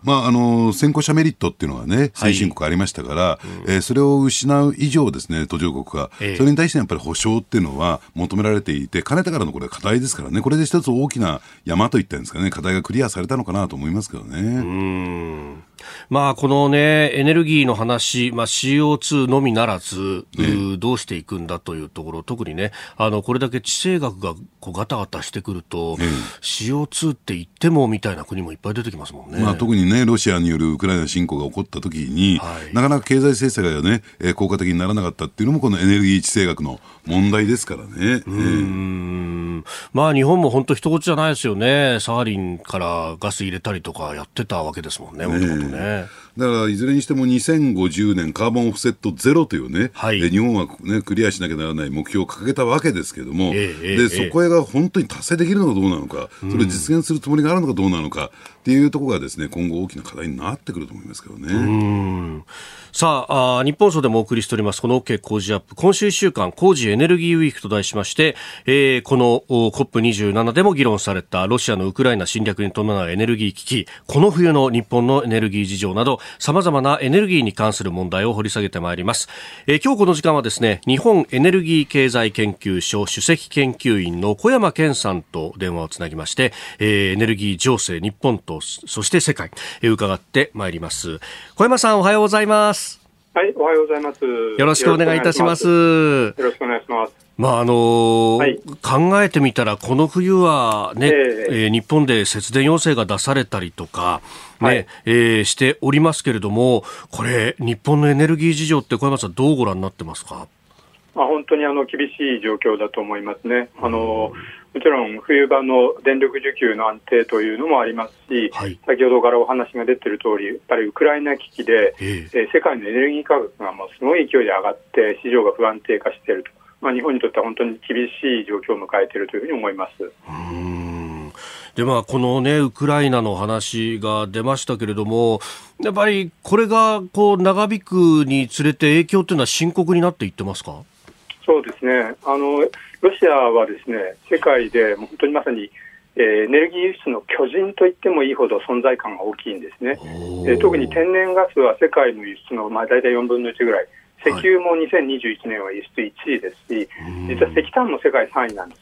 まあ、あの先行者メリットっていうのがね、先進国ありましたから、はいうんえー、それを失う以上ですね、途上国が、ええ、それに対してやっぱり保障っていうのは求められていて、かねてからのこれは課題ですからね、これで一つ大きな山といったんですかね、課題がクリアされたのかなと思いますけどね。 うーんまあ、このね、エネルギーの話、まあ、シーオーツー のみならず、ね、どうしていくんだというところ、特にね、あの、これだけ地政学がこうガタガタしてくると、ね、シーオーツー って言ってもみたいな国もいっぱい出てきますもんね。 まあ、特にね、ロシアによるウクライナ侵攻が起こった時に、はい、なかなか経済制裁がね、えー、効果的にならなかったっていうのも、このエネルギー地政学の問題ですからね。 うーんまあ、日本も本当一言じゃないですよね。サハリンからガス入れたりとかやってたわけですもんね、もともとね。 だからいずれにしてもにせんごじゅうねんカーボンオフセットゼロというね、はい、え日本は、ね、クリアしなきゃならない目標を掲げたわけですけども、ええで、え、そこへが本当に達成できるのかどうなのか、うん、それを実現するつもりがあるのかどうなのかっていうところがですね、今後大きな課題になってくると思いますけどね。 うんさあ、あ日本放送でもお送りしておりますこの OK 工事アップ、今週いっしゅうかん工事エネルギーウィークと題しまして、えー、この コップにじゅうなな でも議論されたロシアのウクライナ侵略に伴うエネルギー危機、この冬の日本のエネルギー事情など様々なエネルギーに関する問題を掘り下げてまいります。えー、今日この時間はですね、日本エネルギー経済研究所首席研究員の小山健さんと電話をつなぎまして、えー、エネルギー情勢日本とそして世界、えー、伺ってまいります。小山さん、おはようございます。 はい、おはようございます。 よろしくお願いいたします。 よろしくお願いします。 まああのーはい、考えてみたらこの冬はね、えーえー、日本で節電要請が出されたりとか、ねはいえー、しておりますけれども、これ日本のエネルギー事情って小山さんどうご覧になってますか？ まあ、本当にあの厳しい状況だと思いますね。あのもちろん冬場の電力需給の安定というのもありますし、はい、先ほどからお話が出ている通り、やっぱりウクライナ危機で、えーえー、世界のエネルギー価格がもうすごい勢いで上がって市場が不安定化していると、まあ、日本にとっては本当に厳しい状況を迎えているというふうに思います。 うーんでまあ、この、ね、ウクライナの話が出ましたけれども、やっぱりこれがこう長引くにつれて影響というのは深刻になっていってますか？ そうですね、あのロシアはですね、世界でもう本当にまさに、えー、エネルギー輸出の巨人と言ってもいいほど存在感が大きいんですね。えー、特に天然ガスは世界の輸出の、まあ、大体よんぶんのいちぐらい、石油もにせんにじゅういちねんは輸出いちいですし、実は石炭も世界さんいなんです。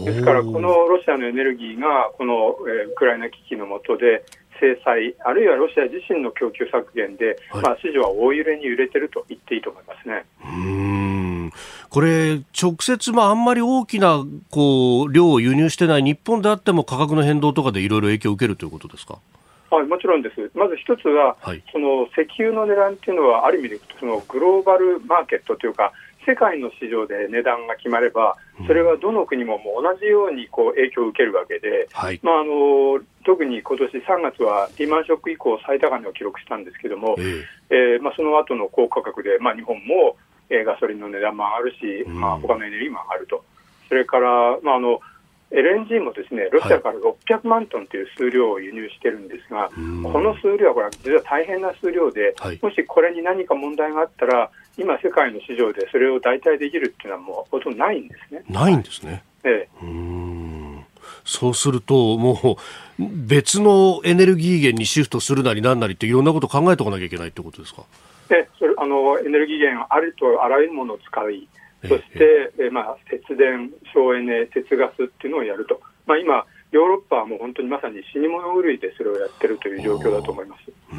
ですからこのロシアのエネルギーがこの、えー、ウクライナ危機の下で制裁、あるいはロシア自身の供給削減で、はいまあ、市場は大揺れに揺れていると言っていいと思いますね。 うーんこれ直接、まあ、あんまり大きなこう量を輸入してない日本であっても価格の変動とかでいろいろ影響を受けるということですか？ はい、もちろんです。まず一つは、はい、その石油の値段というのはある意味でそのグローバルマーケットというか世界の市場で値段が決まればそれはどの国ももう同じようにこう影響を受けるわけで、はいまあ、あの特に今年さんがつはリーマンショック以降最高値を記録したんですけども、えーえーまあ、その後の高価格で、まあ、日本も、えー、ガソリンの値段も上がるし、うんまあ、他のエネルギーも上がると。それから、まあ、あのエルエヌジー もですね、ロシアからろっぴゃくまんトンという数量を輸入してるんですが、はい、この数量はこれは実は大変な数量で、はい、もしこれに何か問題があったら今世界の市場でそれを代替できるっていうのはもうほとんどないんですね。 ないんですね。 ええ、 うーんそうするともう別のエネルギー源にシフトするなりなんなりっていろんなことを考えておかなきゃいけないってことですか？ えそれあのエネルギー源あるとあらゆるものを使い、そして、ええまあ、節電、省エネ、節ガスっていうのをやると、まあ、今ヨーロッパはもう本当にまさに死に物狂いでそれをやってるという状況だと思います。 うん、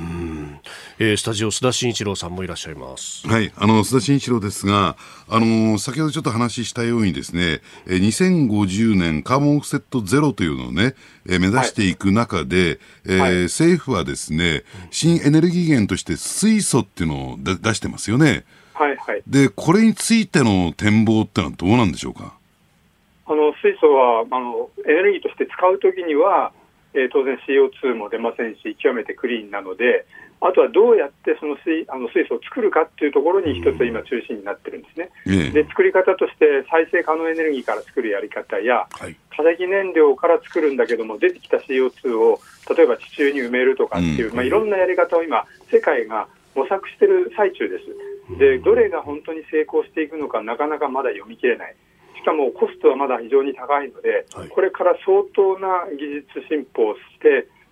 えー、スタジオ須田慎一郎さんもいらっしゃいます。 はい、あの須田慎一郎ですが、あの先ほどちょっと話したようにですね、えにせんごじゅうねんカーボンオフセットゼロというのをね、えー、目指していく中で、はいえーはい、政府はですね新エネルギー源として水素っていうのを出してますよね。 はいはい、 でこれについての展望ってのはどうなんでしょうか？ あの水素はあのエネルギーとして使うときには、えー、当然 シーオーツー も出ませんし極めてクリーンなので、あとはどうやってその 水, あの水素を作るかっていうところに一つ今中心になってるんですね、うん、で作り方として再生可能エネルギーから作るやり方や、はい、化石燃料から作るんだけども出てきた シーオーツー を例えば地中に埋めるとかっていう、うんまあ、いろんなやり方を今世界が模索している最中です。でどれが本当に成功していくのかなかなかまだ読み切れない。しかもコストはまだ非常に高いので、はい、これから相当な技術進歩をしてコ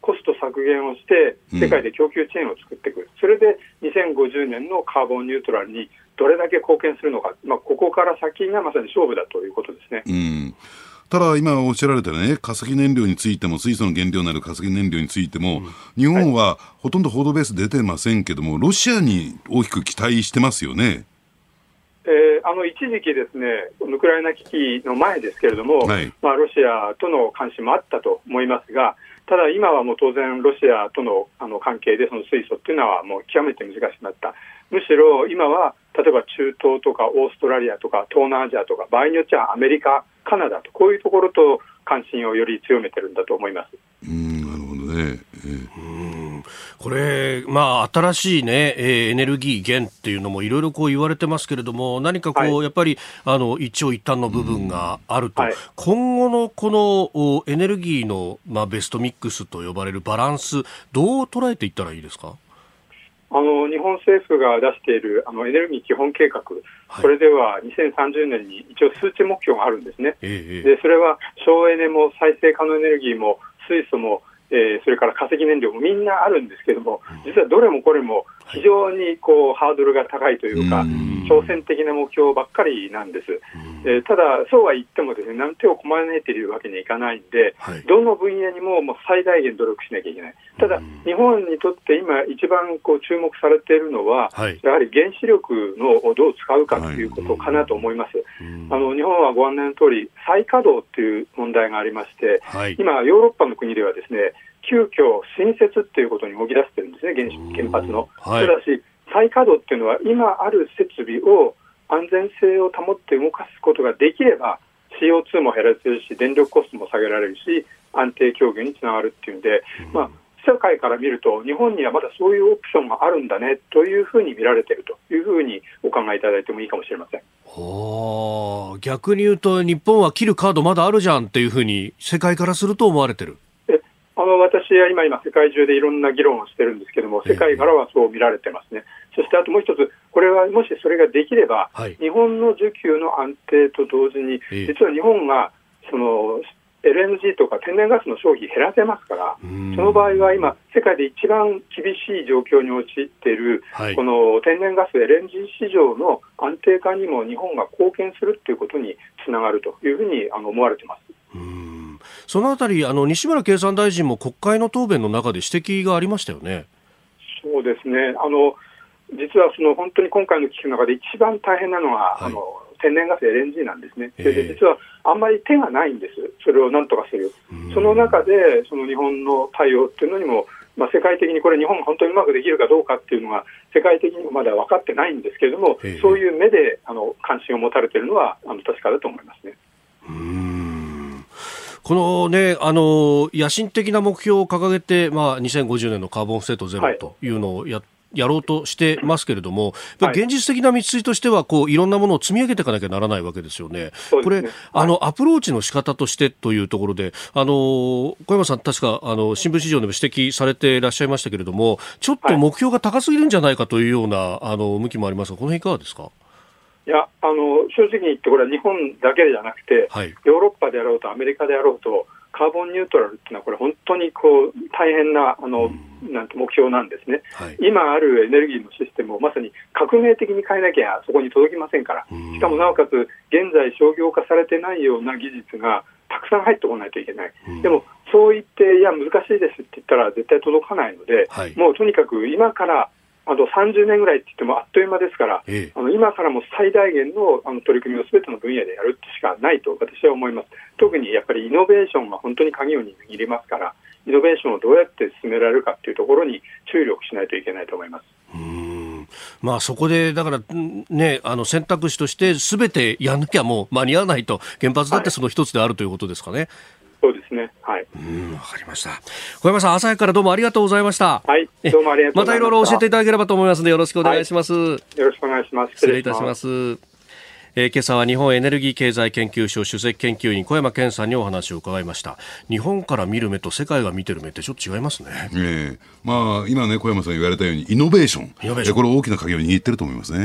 コスト削減をして世界で供給チェーンを作っていく、うん、それでにせんごじゅうねんのカーボンニュートラルにどれだけ貢献するのか、まあ、ここから先がまさに勝負だということですね。 うん、ただ今おっしゃられたね、化石燃料についても水素の原料になる化石燃料についても、うん、日本はほとんど報道ベース出てませんけども、ロシアに大きく期待してますよね。 えー、あの一時期ですね、ウクライナ危機の前ですけれども、はい、まあ、ロシアとの関心もあったと思いますが、ただ今はもう当然ロシアとの、あの関係でその水素っていうのはもう極めて難しくなった。むしろ今は例えば中東とかオーストラリアとか東南アジアとか、場合によってはアメリカ、カナダとこういうところと関心をより強めてるんだと思います。 うーん、なるほどね。えー、 うんこれ、まあ、新しい、ね、えー、エネルギー源っていうのもいろいろこう言われてますけれども、何かこう、はい、やっぱりあの一長一短の部分があると、はい、今後のこのエネルギーの、まあ、ベストミックスと呼ばれるバランス、どう捉えていったらいいですか？ あの日本政府が出しているあのエネルギー基本計画、はい、これではにせんさんじゅうねんに一応数値目標があるんですね。ええ、でそれは省エネも再生可能エネルギーも水素も、えー、それから化石燃料もみんなあるんですけども、実はどれもこれも非常にこうハードルが高いというか、挑戦的な目標ばっかりなんです。えー、ただそうは言ってもですね、何手をこまねているわけにはいかないんで、はい、どの分野にももう最大限努力しなきゃいけない。ただ日本にとって今一番こう注目されているのは、はい、やはり原子力のをどう使うかということかなと思います。はい、あの日本はご案内の通り再稼働という問題がありまして、はい、今ヨーロッパの国ではですね、急遽新設っていうことに動き出してるんですね、原子原発の。はい、ただし再稼働っていうのは今ある設備を安全性を保って動かすことができれば シーオーツー も減らせるし、電力コストも下げられるし、安定供給につながるっていうんで、うん、まあ、世界から見ると日本にはまだそういうオプションがあるんだねというふうに見られているというふうにお考えいただいてもいいかもしれません。 おー、逆に言うと日本は切るカードまだあるじゃんっていうふうに世界からすると思われてる。 あの私は今、今世界中でいろんな議論をしてるんですけども、世界からはそう見られてますね。そしてあともう一つ、これはもしそれができれば、はい、日本の需給の安定と同時に、実は日本がその エルエヌジー とか天然ガスの消費減らせますから、その場合は今世界で一番厳しい状況に陥っている、はい、この天然ガス エルエヌジー 市場の安定化にも日本が貢献するということにつながるというふうにあの思われています。 うーん、そのあたりあの西村経産大臣も国会の答弁の中で指摘がありましたよね。 そうですね、あの実はその本当に今回の危機の中で一番大変なのは、はい、あの天然ガス エルエヌジー なんですね。で実はあんまり手がないんです、それをなんとかする。その中でその日本の対応っていうのにも、まあ、世界的にこれ日本が本当にうまくできるかどうかっていうのが世界的にもまだ分かってないんですけれども、そういう目であの関心を持たれているのはあの確かだと思いますね。 うーん、このね、あの野心的な目標を掲げて、まあ、にせんごじゅうねんのカーボンオフセットゼロというのをや、はい、やろうとしてますけれども、現実的な道筋としてはこういろんなものを積み上げていかなきゃならないわけですよね。これ、ね、あのアプローチの仕方としてというところで、あの小山さん確かあの新聞市場でも指摘されていらっしゃいましたけれども、ちょっと目標が高すぎるんじゃないかというようなあの向きもありますが、この辺いかがですか？ いや、あの正直に言ってこれは日本だけじゃなくて、はい、ヨーロッパであろうとアメリカであろうとカーボンニュートラルっていうのはこれ本当にこう大変なあの、うん、なんて目標なんですね。はい、今あるエネルギーのシステムをまさに革命的に変えなきゃそこに届きませんから、うん、しかもなおかつ現在商業化されてないような技術がたくさん入ってこないといけない。うん、でもそう言っていや難しいですって言ったら絶対届かないので、はい、もうとにかく今からあとさんじゅうねんぐらいって言ってもあっという間ですから、ええ、あの今からも最大限 の, あの取り組みをすべての分野でやるしかないと私は思います。特にやっぱりイノベーションが本当に鍵を握りますから、イノベーションをどうやって進められるかというところに注力しないといけないと思います。 うーん、まあ、そこでだから、ね、あの選択肢としてすべてやんなきゃもう間に合わないと、原発だってその一つであるということですかね。はい、 そうですね。はい。 うん、わかりました。小山さん、朝早くからどうもありがとうございました。 はい。どうもありがとうございました。 またいろいろ教えていただければと思いますので、よろしくお願いします。はい、 よろしくお願いします。 失礼いたします。えー、今朝は日本エネルギー経済研究所首席研究員小山健さんにお話を伺いました。日本から見る目と世界が見てる目ってちょっと違いますね。 えー、まあ今ね小山さん言われたようにイノベーション、イノベーション、これ大きな鍵を握ってると思いますね。うん、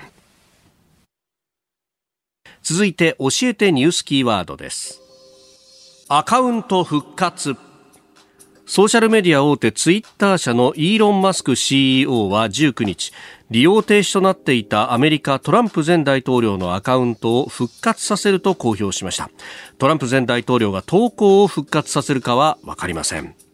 続いて教えてニュースキーワードです。アカウント復活。 ソーシャルメディア大手ツイッター社のイーロン・マスク シーイーオー はじゅうくにち、利用停止となっていたアメリカトランプ前大統領のアカウントを復活させると公表しました。トランプ前大統領が投稿を復活させるかは分かりません。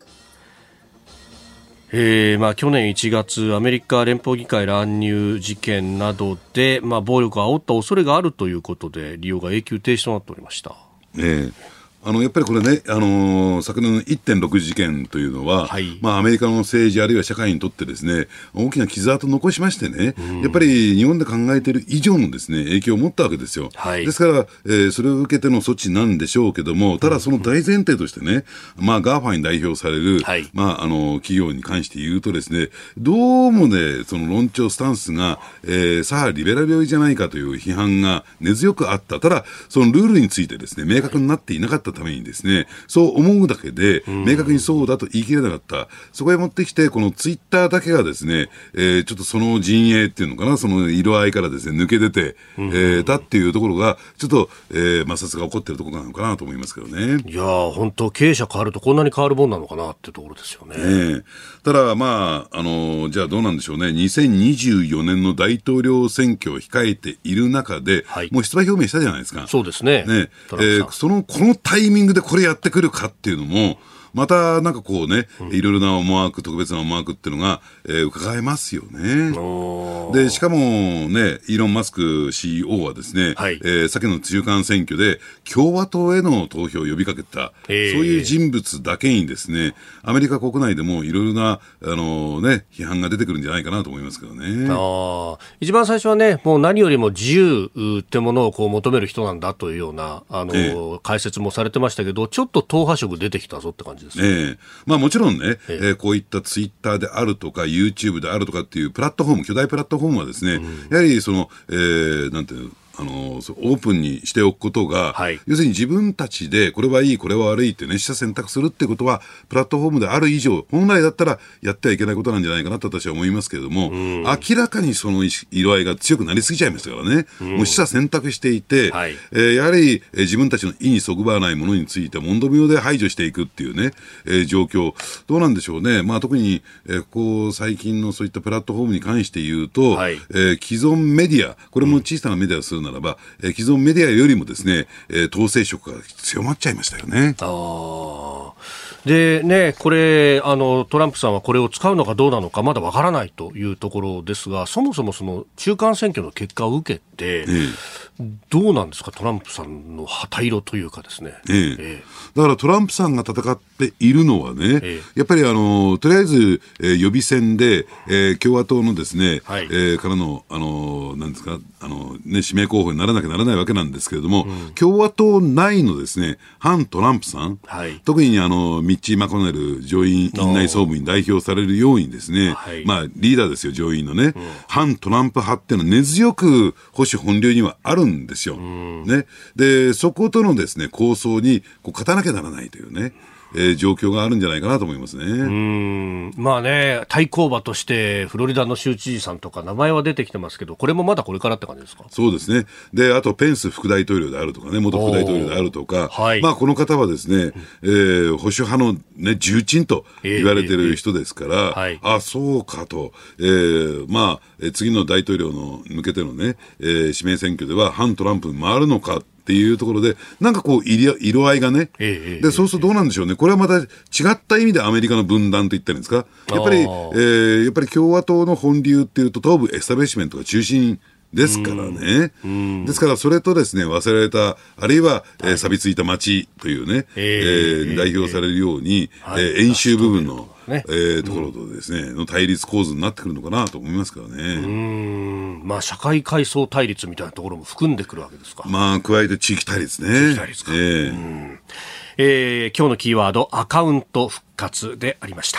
えーまあ、去年いちがつアメリカ連邦議会乱入事件などで、まあ、暴力を煽った恐れがあるということで利用が永久停止となっておりました。 ええあのやっぱりこれね、あのー、昨年の いってんろく 事件というのは、はい、まあ、アメリカの政治あるいは社会にとってですね、大きな傷跡を残しましてね、うん、やっぱり日本で考えている以上のですね、影響を持ったわけですよ。はい、ですから、えー、それを受けての措置なんでしょうけども、ただその大前提としてね、まあ、ガーファに代表される、はい、まあ、あの企業に関して言うとですね、どうもね、その論調スタンスが、えー、さあリベラル寄りじゃないかという批判が根強くあった。ただそのルールについてですね、明確になっていなかったためにですね、そう思うだけで明確にそうだと言い切れなかった。そこへ持ってきてこのツイッターだけがですね、えー、ちょっとその陣営っていうのかな、その色合いからですね抜け出て、えー、たっていうところがちょっと、えー、摩擦が起こっているところなのかなと思いますけどね。 いやー、本当経営者変わるとこんなに変わるもんなのかなってところですよね。 ね、ただまあ、あのー、じゃあどうなんでしょうね。にせんにじゅうよねんの大統領選挙を控えている中で、はい、もう出馬表明したじゃないですか。 そうですね。 ね、えー、そのこのタイミングでこれやってくるかっていうのもまたなんかこうね、うん、いろいろな思惑、特別な思惑っていうのが、えー、伺えますよね。でしかもね、イーロン・マスク シーイーオー はですね、はい、えー、先の中間選挙で共和党への投票を呼びかけた、えー、そういう人物だけにですね、アメリカ国内でもいろいろなあの、ね、批判が出てくるんじゃないかなと思いますけどね。 あ、一番最初はね、もう何よりも自由ってものをこう求める人なんだというようなあの、えー、解説もされてましたけど、ちょっと党派色出てきたぞって感じですね。 えーまあ、もちろんね、えーえー、こういったツイッターであるとか YouTube であるとかっていうプラットフォーム、巨大プラットフォームはですね、うん、やはりその、えー、なんていうの、あのオープンにしておくことが、はい、要するに自分たちでこれはいいこれは悪いってね、取捨選択するってことはプラットフォームである以上本来だったらやってはいけないことなんじゃないかなと私は思いますけれども、うん、明らかにその色合いが強くなりすぎちゃいましたからね、うん、もう取捨選択していて、はい、えー、やはり、えー、自分たちの意にそぐわないものについて問答無用で排除していくっていうね、えー、状況どうなんでしょうね。まあ、特に、えー、ここ最近のそういったプラットフォームに関して言うと、はい、えー、既存メディア、これも小さなメディアをするならば、うん、えー、既存メディアよりもですね、えー、統制色が強まっちゃいましたよね。 あでね、これあのトランプさんはこれを使うのかどうなのかまだわからないというところですが、そもそもその中間選挙の結果を受けて、ええ、どうなんですか、トランプさんの旗色というかですね、ええええ、だからトランプさんが戦っているのはね、ええ、やっぱりあのとりあえず、えー、予備選で、えー、共和党のですね、はい、えー、からのあのなんですかあの、ね、指名候補にならなきゃならないわけなんですけれども、うん、共和党内のですね反トランプさん、はい、特にあのミッチー・マコネル上院院内総務に代表されるようにですね、はい、まあ、リーダーですよ、上院のね、うん、反トランプ派っていうのは根強く保守本流にはあるんですよ、うん、ね、でそことのですね構想にこう勝たなきゃならないというね、えー、状況があるんじゃないかなと思いますね。うーん、まあね、対抗馬としてフロリダの州知事さんとか名前は出てきてますけど、これもまだこれからって感じですか。 そうですね。であとペンス副大統領であるとかね、元副大統領であるとか、はい、まあ、この方はですね、えー、保守派の、ね、重鎮と言われてる人ですから、えーえーはい、あそうかと、えーまあ、次の大統領の向けてのね、えー、指名選挙では反トランプに回るのかっていうところでなんかこう色、色合いがね、ええ、でそうするとどうなんでしょうね。これはまた違った意味でアメリカの分断と言ったらいいんですか。やっぱり、えー、やっぱり共和党の本流っていうと東部エスタブリッシュメントが中心ですからね。ですからそれとですね忘れられたあるいは、えー、錆びついた街というね、えーえー、代表されるように、えーえー、演習部分のねえー、ところとですね、うん、の対立構図になってくるのかなと思いますからね。うーん、まあ、社会階層対立みたいなところも含んでくるわけですか。 まあ、加えて地域対立ね。 地域対立か、えーうんえー、今日のキーワードアカウント復活でありました。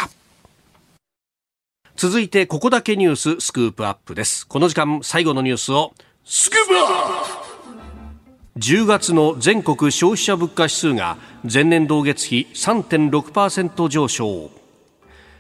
続いてここだけニューススクープアップです。この時間最後のニュースをスクープアップ。じゅうがつの全国消費者物価指数が前年同月比 さんてんろくパーセント 上昇。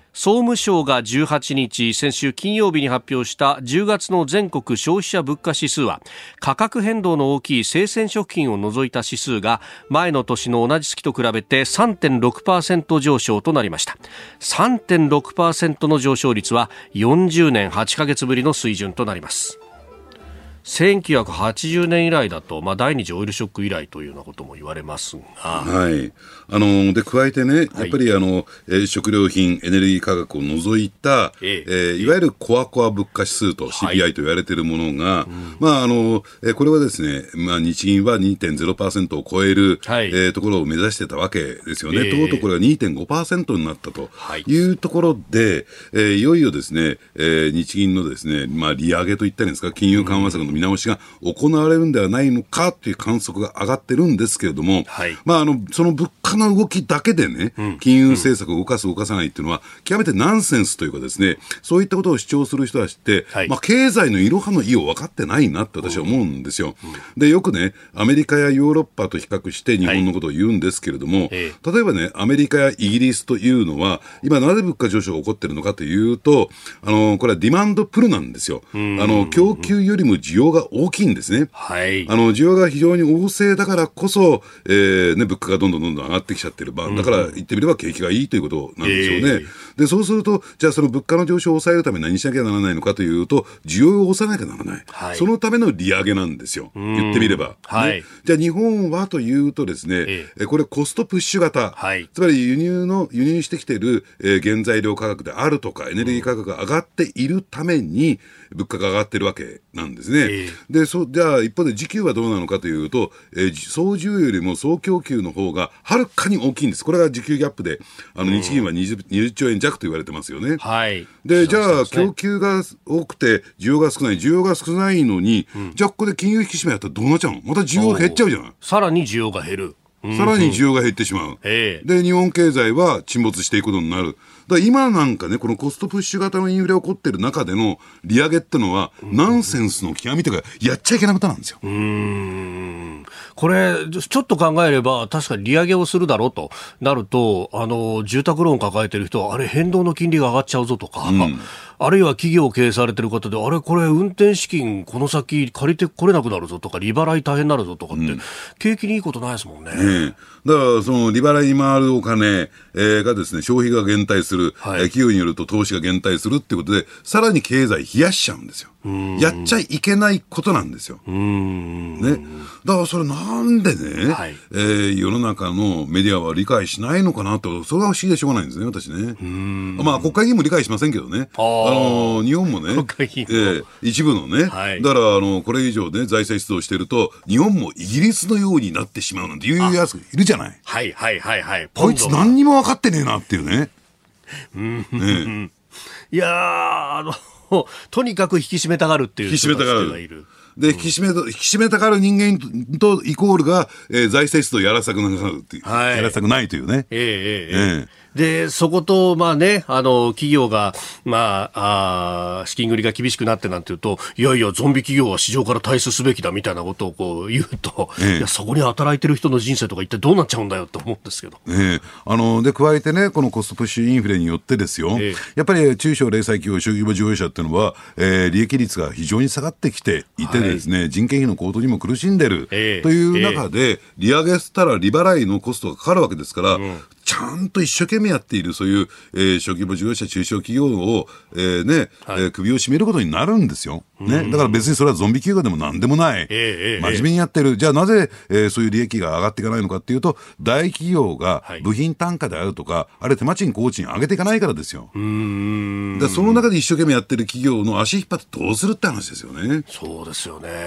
総務省がじゅうはちにち、先週金曜日に発表したじゅうがつの全国消費者物価指数は、価格変動の大きい生鮮食品を除いた指数が前の年の同じ月と比べて さんてんろくパーセント 上昇となりました。 さんてんろくパーセント の上昇率はよんじゅうねんはちかげつぶりの水準となります。せんきゅうひゃくはちじゅうねん以来だと、まあ、第二次オイルショック以来というようなことも言われますが、 はい、あので加えてね、やっぱりあの、えー、食料品エネルギー価格を除いた、ええー、いわゆるコアコア物価指数と シーピーアイ と言われているものが、はい、まああのえー、これはですね、まあ、日銀は にてんゼロパーセント を超える、はい、えー、ところを目指してたわけですよね、えー、とうとうこれが にてんごパーセント になったというところで、えー、いよいよですね、えー、日銀のですね、まあ、利上げといったりですか、金融緩和策の見直しが行われるんではないのかという観測が上がってるんですけれども、はい、まあ、あのその物価の動きだけでね、うん、金融政策を動かす動かさないっていうのは極めてナンセンスというかですね、そういったことを主張する人たちって、はい、まあ、経済のいろはの意を分かってないなって私は思うんですよ、うんうん、でよくねアメリカやヨーロッパと比較して日本のことを言うんですけれども、はい、例えばねアメリカやイギリスというのは今なぜ物価上昇が起こっているのかというと、あのこれはディマンドプルなんですよ。あの供給よりも需要が大きいんですね、はい、あの需要が非常に旺盛だからこそ、えーね、物価がどんどんどんどん上がってきちゃってる、まあ、だから言ってみれば景気がいいということなんでしょうね、えー、でそうするとじゃあその物価の上昇を抑えるために何しなきゃならないのかというと需要を抑えなきゃならない、はい、そのための利上げなんですよ、言ってみれば、はい、ね、じゃあ日本はというとですね、えー、これコストプッシュ型、はい、つまり輸入の輸入してきている、えー、原材料価格であるとかエネルギー価格が上がっているために物価が上がってるわけなんですね、えー、でそじゃあ一方で需給はどうなのかというと、えー、総需要よりも総供給の方がはるかに大きいんです。これが需給ギャップであの日銀は 20, 20兆円弱と言われてますよね、はい、でじゃあ供給が多くて需要が少ない需要が少ないのに、うん、じゃあここで金融引き締めやったらどうなっちゃうの？また需要減っちゃうじゃない。 さらに需要が減る、 さらに需要が減ってしまう、で日本経済は沈没していくことになる。だから今なんかねこのコストプッシュ型のインフレが起こってる中での利上げってのは、うん、ナンセンスの極みというかやっちゃいけないことなんですよ。 うーんこれちょっと考えれば確かに利上げをするだろうとなると、あの住宅ローン抱えてる人はあれ変動の金利が上がっちゃうぞとか、うん、あるいは企業を経営されてる方であれこれ運転資金この先借りてこれなくなるぞとか利払い大変になるぞとかって、うん、景気にいいことないですもんね、 ね、だからその利払いに回るお金、えー、がですね消費が減退する、はい、えー、企業によると投資が減退するっていうことでさらに経済冷やしちゃうんですよ。やっちゃいけないことなんですよ。うーん、ね、だからそれなんでね、はい、えー、世の中のメディアは理解しないのかなと、それは不思議でしょうがないんですね私ね。うーん、まあ国会議員も理解しませんけどね、あ、あの日本もね、国会議員も、えー、一部のね、はい、だからあのこれ以上ね財政出動してると日本もイギリスのようになってしまうなんていうやついるじゃない。 はいはいはいはい。 こいつ何にも分かってねえなっていうね。 うん、ね、いやーあのとにかく引き締めたがるっていう人たちがいる。 で引き締め、うん、引き締めたがる人間とイコールが、えー、財政出動やらせたくなるっていう、はい、やらせたくないというね。えー、えー、えーでそこと、まあね、あの企業が、まあ、あ資金繰りが厳しくなってなんていうと、いやいやゾンビ企業は市場から退出すべきだみたいなことをこう言うと、ええ、いやそこに働いてる人の人生とか一体どうなっちゃうんだよと思うんですけど、 ええ、あので加えてねこのコストプッシュインフレによってですよ、ええ、やっぱり中小零細企業小規模事業者っていうのは、えー、利益率が非常に下がってきていてですね、はい、人件費の高騰にも苦しんでる、ええ、という中で、ええ、利上げしたら利払いのコストがかかるわけですから、うん、ちゃんと一生懸命やっているそういう、えー、小規模事業者中小企業を、えーねはい、えー、首を絞めることになるんですよ、ね、だから別にそれはゾンビ企業でもなんでもない、えー、真面目にやってる、えー、じゃあなぜ、えー、そういう利益が上がっていかないのかっていうと大企業が部品単価であるとか、はい、あれ手間賃工賃上げていかないからですよ。うーん、だからその中で一生懸命やってる企業の足引っ張ってどうするって話ですよね。 そうですよね、うん、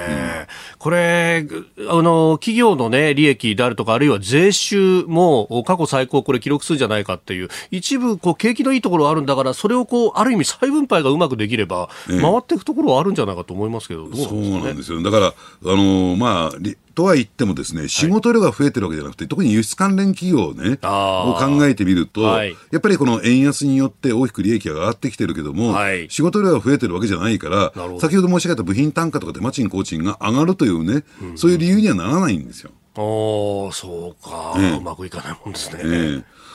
これあの企業の、ね、利益であるとかあるいは税収も過去最高これ記録するんじゃないかっていう一部こう景気のいいところあるんだからそれをこうある意味再分配がうまくできれば回っていくところはあるんじゃないかと思いますけど、どうなんですかね。 そうなんですよ。だからあのー、まあとは言ってもですね仕事量が増えてるわけじゃなくて、はい、特に輸出関連企業、ね、を考えてみると、はい、やっぱりこの円安によって大きく利益が上がってきてるけども、はい、仕事量が増えてるわけじゃないから先ほど申し上げた部品単価とか手間賃工賃が上がるというね、うん、そういう理由にはならないんですよ。 おーそうか、ええ、うまくいかないもんですね、ええ、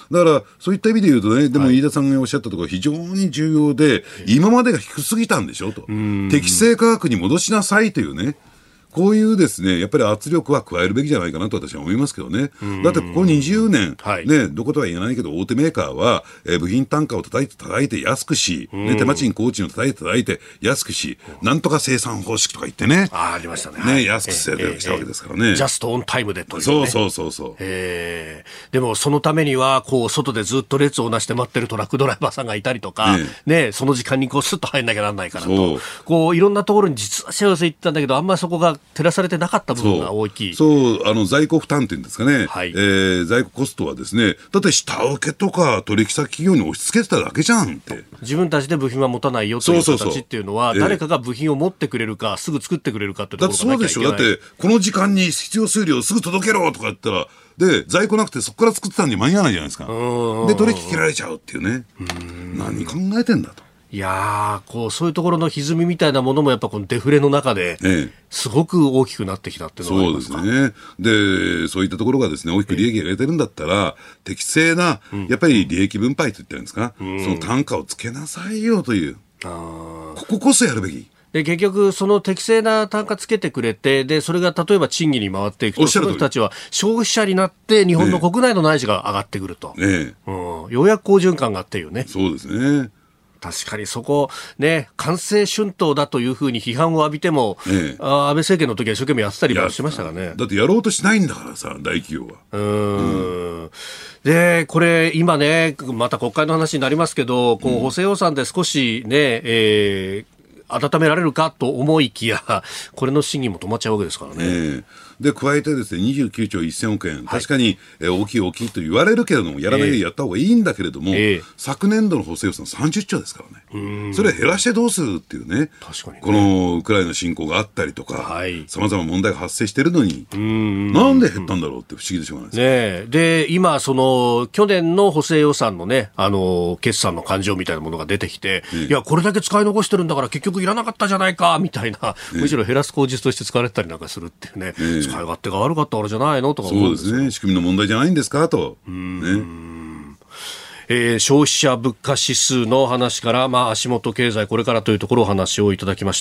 だからそういった意味で言うとね、でも飯田さんがおっしゃったところ非常に重要で、今までが低すぎたんでしょと、適正価格に戻しなさいというね、こういうですね、やっぱり圧力は加えるべきじゃないかなと私は思いますけどね。だってここにじゅうねん、はい、ね、どことは言えないけど大手メーカーは、えー、部品単価を叩いて叩いて安くし、ね、手間賃工賃を叩いて叩いて安くし、なんとか生産方式とか言ってね、 あ、ありましたね。 ね、安く制約したわけですからね。 ジャストオンタイムでというね。 そうそうそうそう。 えー、でもそのためにはこう外でずっと列をなして待ってるトラックドライバーさんがいたりとか、ねね、その時間にこうスッと入んなきゃなんないからと、こういろんなところに実は幸せ行ったんだけど、あんまりそこが照らされてなかった部分が大きい。 そう、そう、あの在庫負担っていうんですかね、はい、えー、在庫コストはですね、だって下請けとか取引先企業に押し付けてただけじゃんって。 自分たちで部品は持たないよという形っていうのは、そうそうそう、誰かが部品を持ってくれるか、えー、すぐ作ってくれるかってところがなきゃいけない。 だってそうでしょ。だってこの時間に必要数量すぐ届けろとか言ったら、で在庫なくてそこから作ってたんに間に合わないじゃないですか。で取引切られちゃうっていうね。うーん、何考えてんだと。 いやー、こうそういうところの歪みみたいなものもやっぱこのデフレの中ですごく大きくなってきたっていうのがありますか。 そうですね。で、そういったところがですね、大きく利益が得てるんだったら、適正なやっぱり利益分配といってるんですか、うん、その単価をつけなさいよという、あ、こここそやるべき。 で結局その適正な単価つけてくれて、でそれが例えば賃金に回っていくと、その人たちは消費者になって日本の国内の内需が上がってくると、ね、うん、ようやく好循環がっていうね。 そうですね。 確かにそこね、官製春闘だというふうに批判を浴びても、ええ、あ安倍政権の時は一生懸命やってたりもしましたからね。 だってやろうとしないんだからさ、大企業は。 うーん、うん、でこれ今ね、また国会の話になりますけど、こう補正予算で少しね、えー、温められるかと思いきや、これの審議も止まっちゃうわけですからね。 ええ、で加えてですね、にじゅうきゅうちょうせんおくえん、確かに、えー、大きい大きいと言われるけれども、やらないでやった方がいいんだけれども、えー、昨年度の補正予算さんじゅっちょうですからね。うん、それ減らしてどうするっていうね。確かにね、このウクライナ侵攻があったりとか、さまざま問題が発生しているのに、んなんで減ったんだろうって不思議でしょうがないですね。で今その去年の補正予算のね、あの決算の勘定みたいなものが出てきて、えー、いやこれだけ使い残してるんだから結局いらなかったじゃないかみたいな、むしろ減らす口実として使われたりなんかするっていうね、えー、使い勝手が悪かったからじゃないのとか思うんですよ。 そうですね、仕組みの問題じゃないんですかと。うーん、ね、えー、消費者物価指数の話から、まあ、足元経済これからというところをお話をいただきました。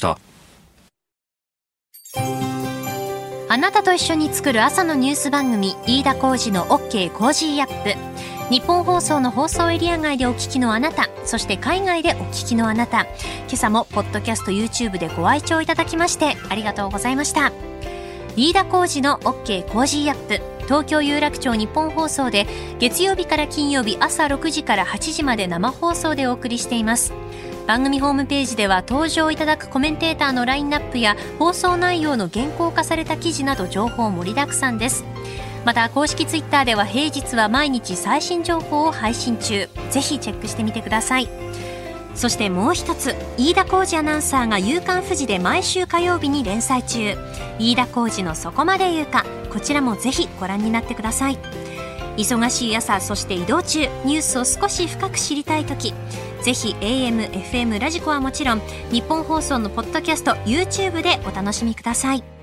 あなたと一緒に作る朝のニュース番組、飯田浩司の OK コージーアップ。日本放送の放送エリア外でお聞きのあなた、そして海外でお聞きのあなた、今朝もポッドキャスト YouTube でご愛聴いただきましてありがとうございました。飯田浩司の OK コージーアップ、東京有楽町日本放送で月曜日から金曜日朝ろくじからはちじまで生放送でお送りしています。番組ホームページでは登場いただくコメンテーターのラインナップや放送内容の原稿化された記事など情報盛りだくさんです。また公式ツイッターでは平日は毎日最新情報を配信中、ぜひチェックしてみてください。そしてもう一つ、飯田浩司アナウンサーが夕刊フジで毎週火曜日に連載中、飯田浩司のそこまで言うか、こちらもぜひご覧になってください。忙しい朝、そして移動中、ニュースを少し深く知りたいとき、ぜひ エーエム、エフエム ラジコはもちろん日本放送のポッドキャスト YouTube でお楽しみください。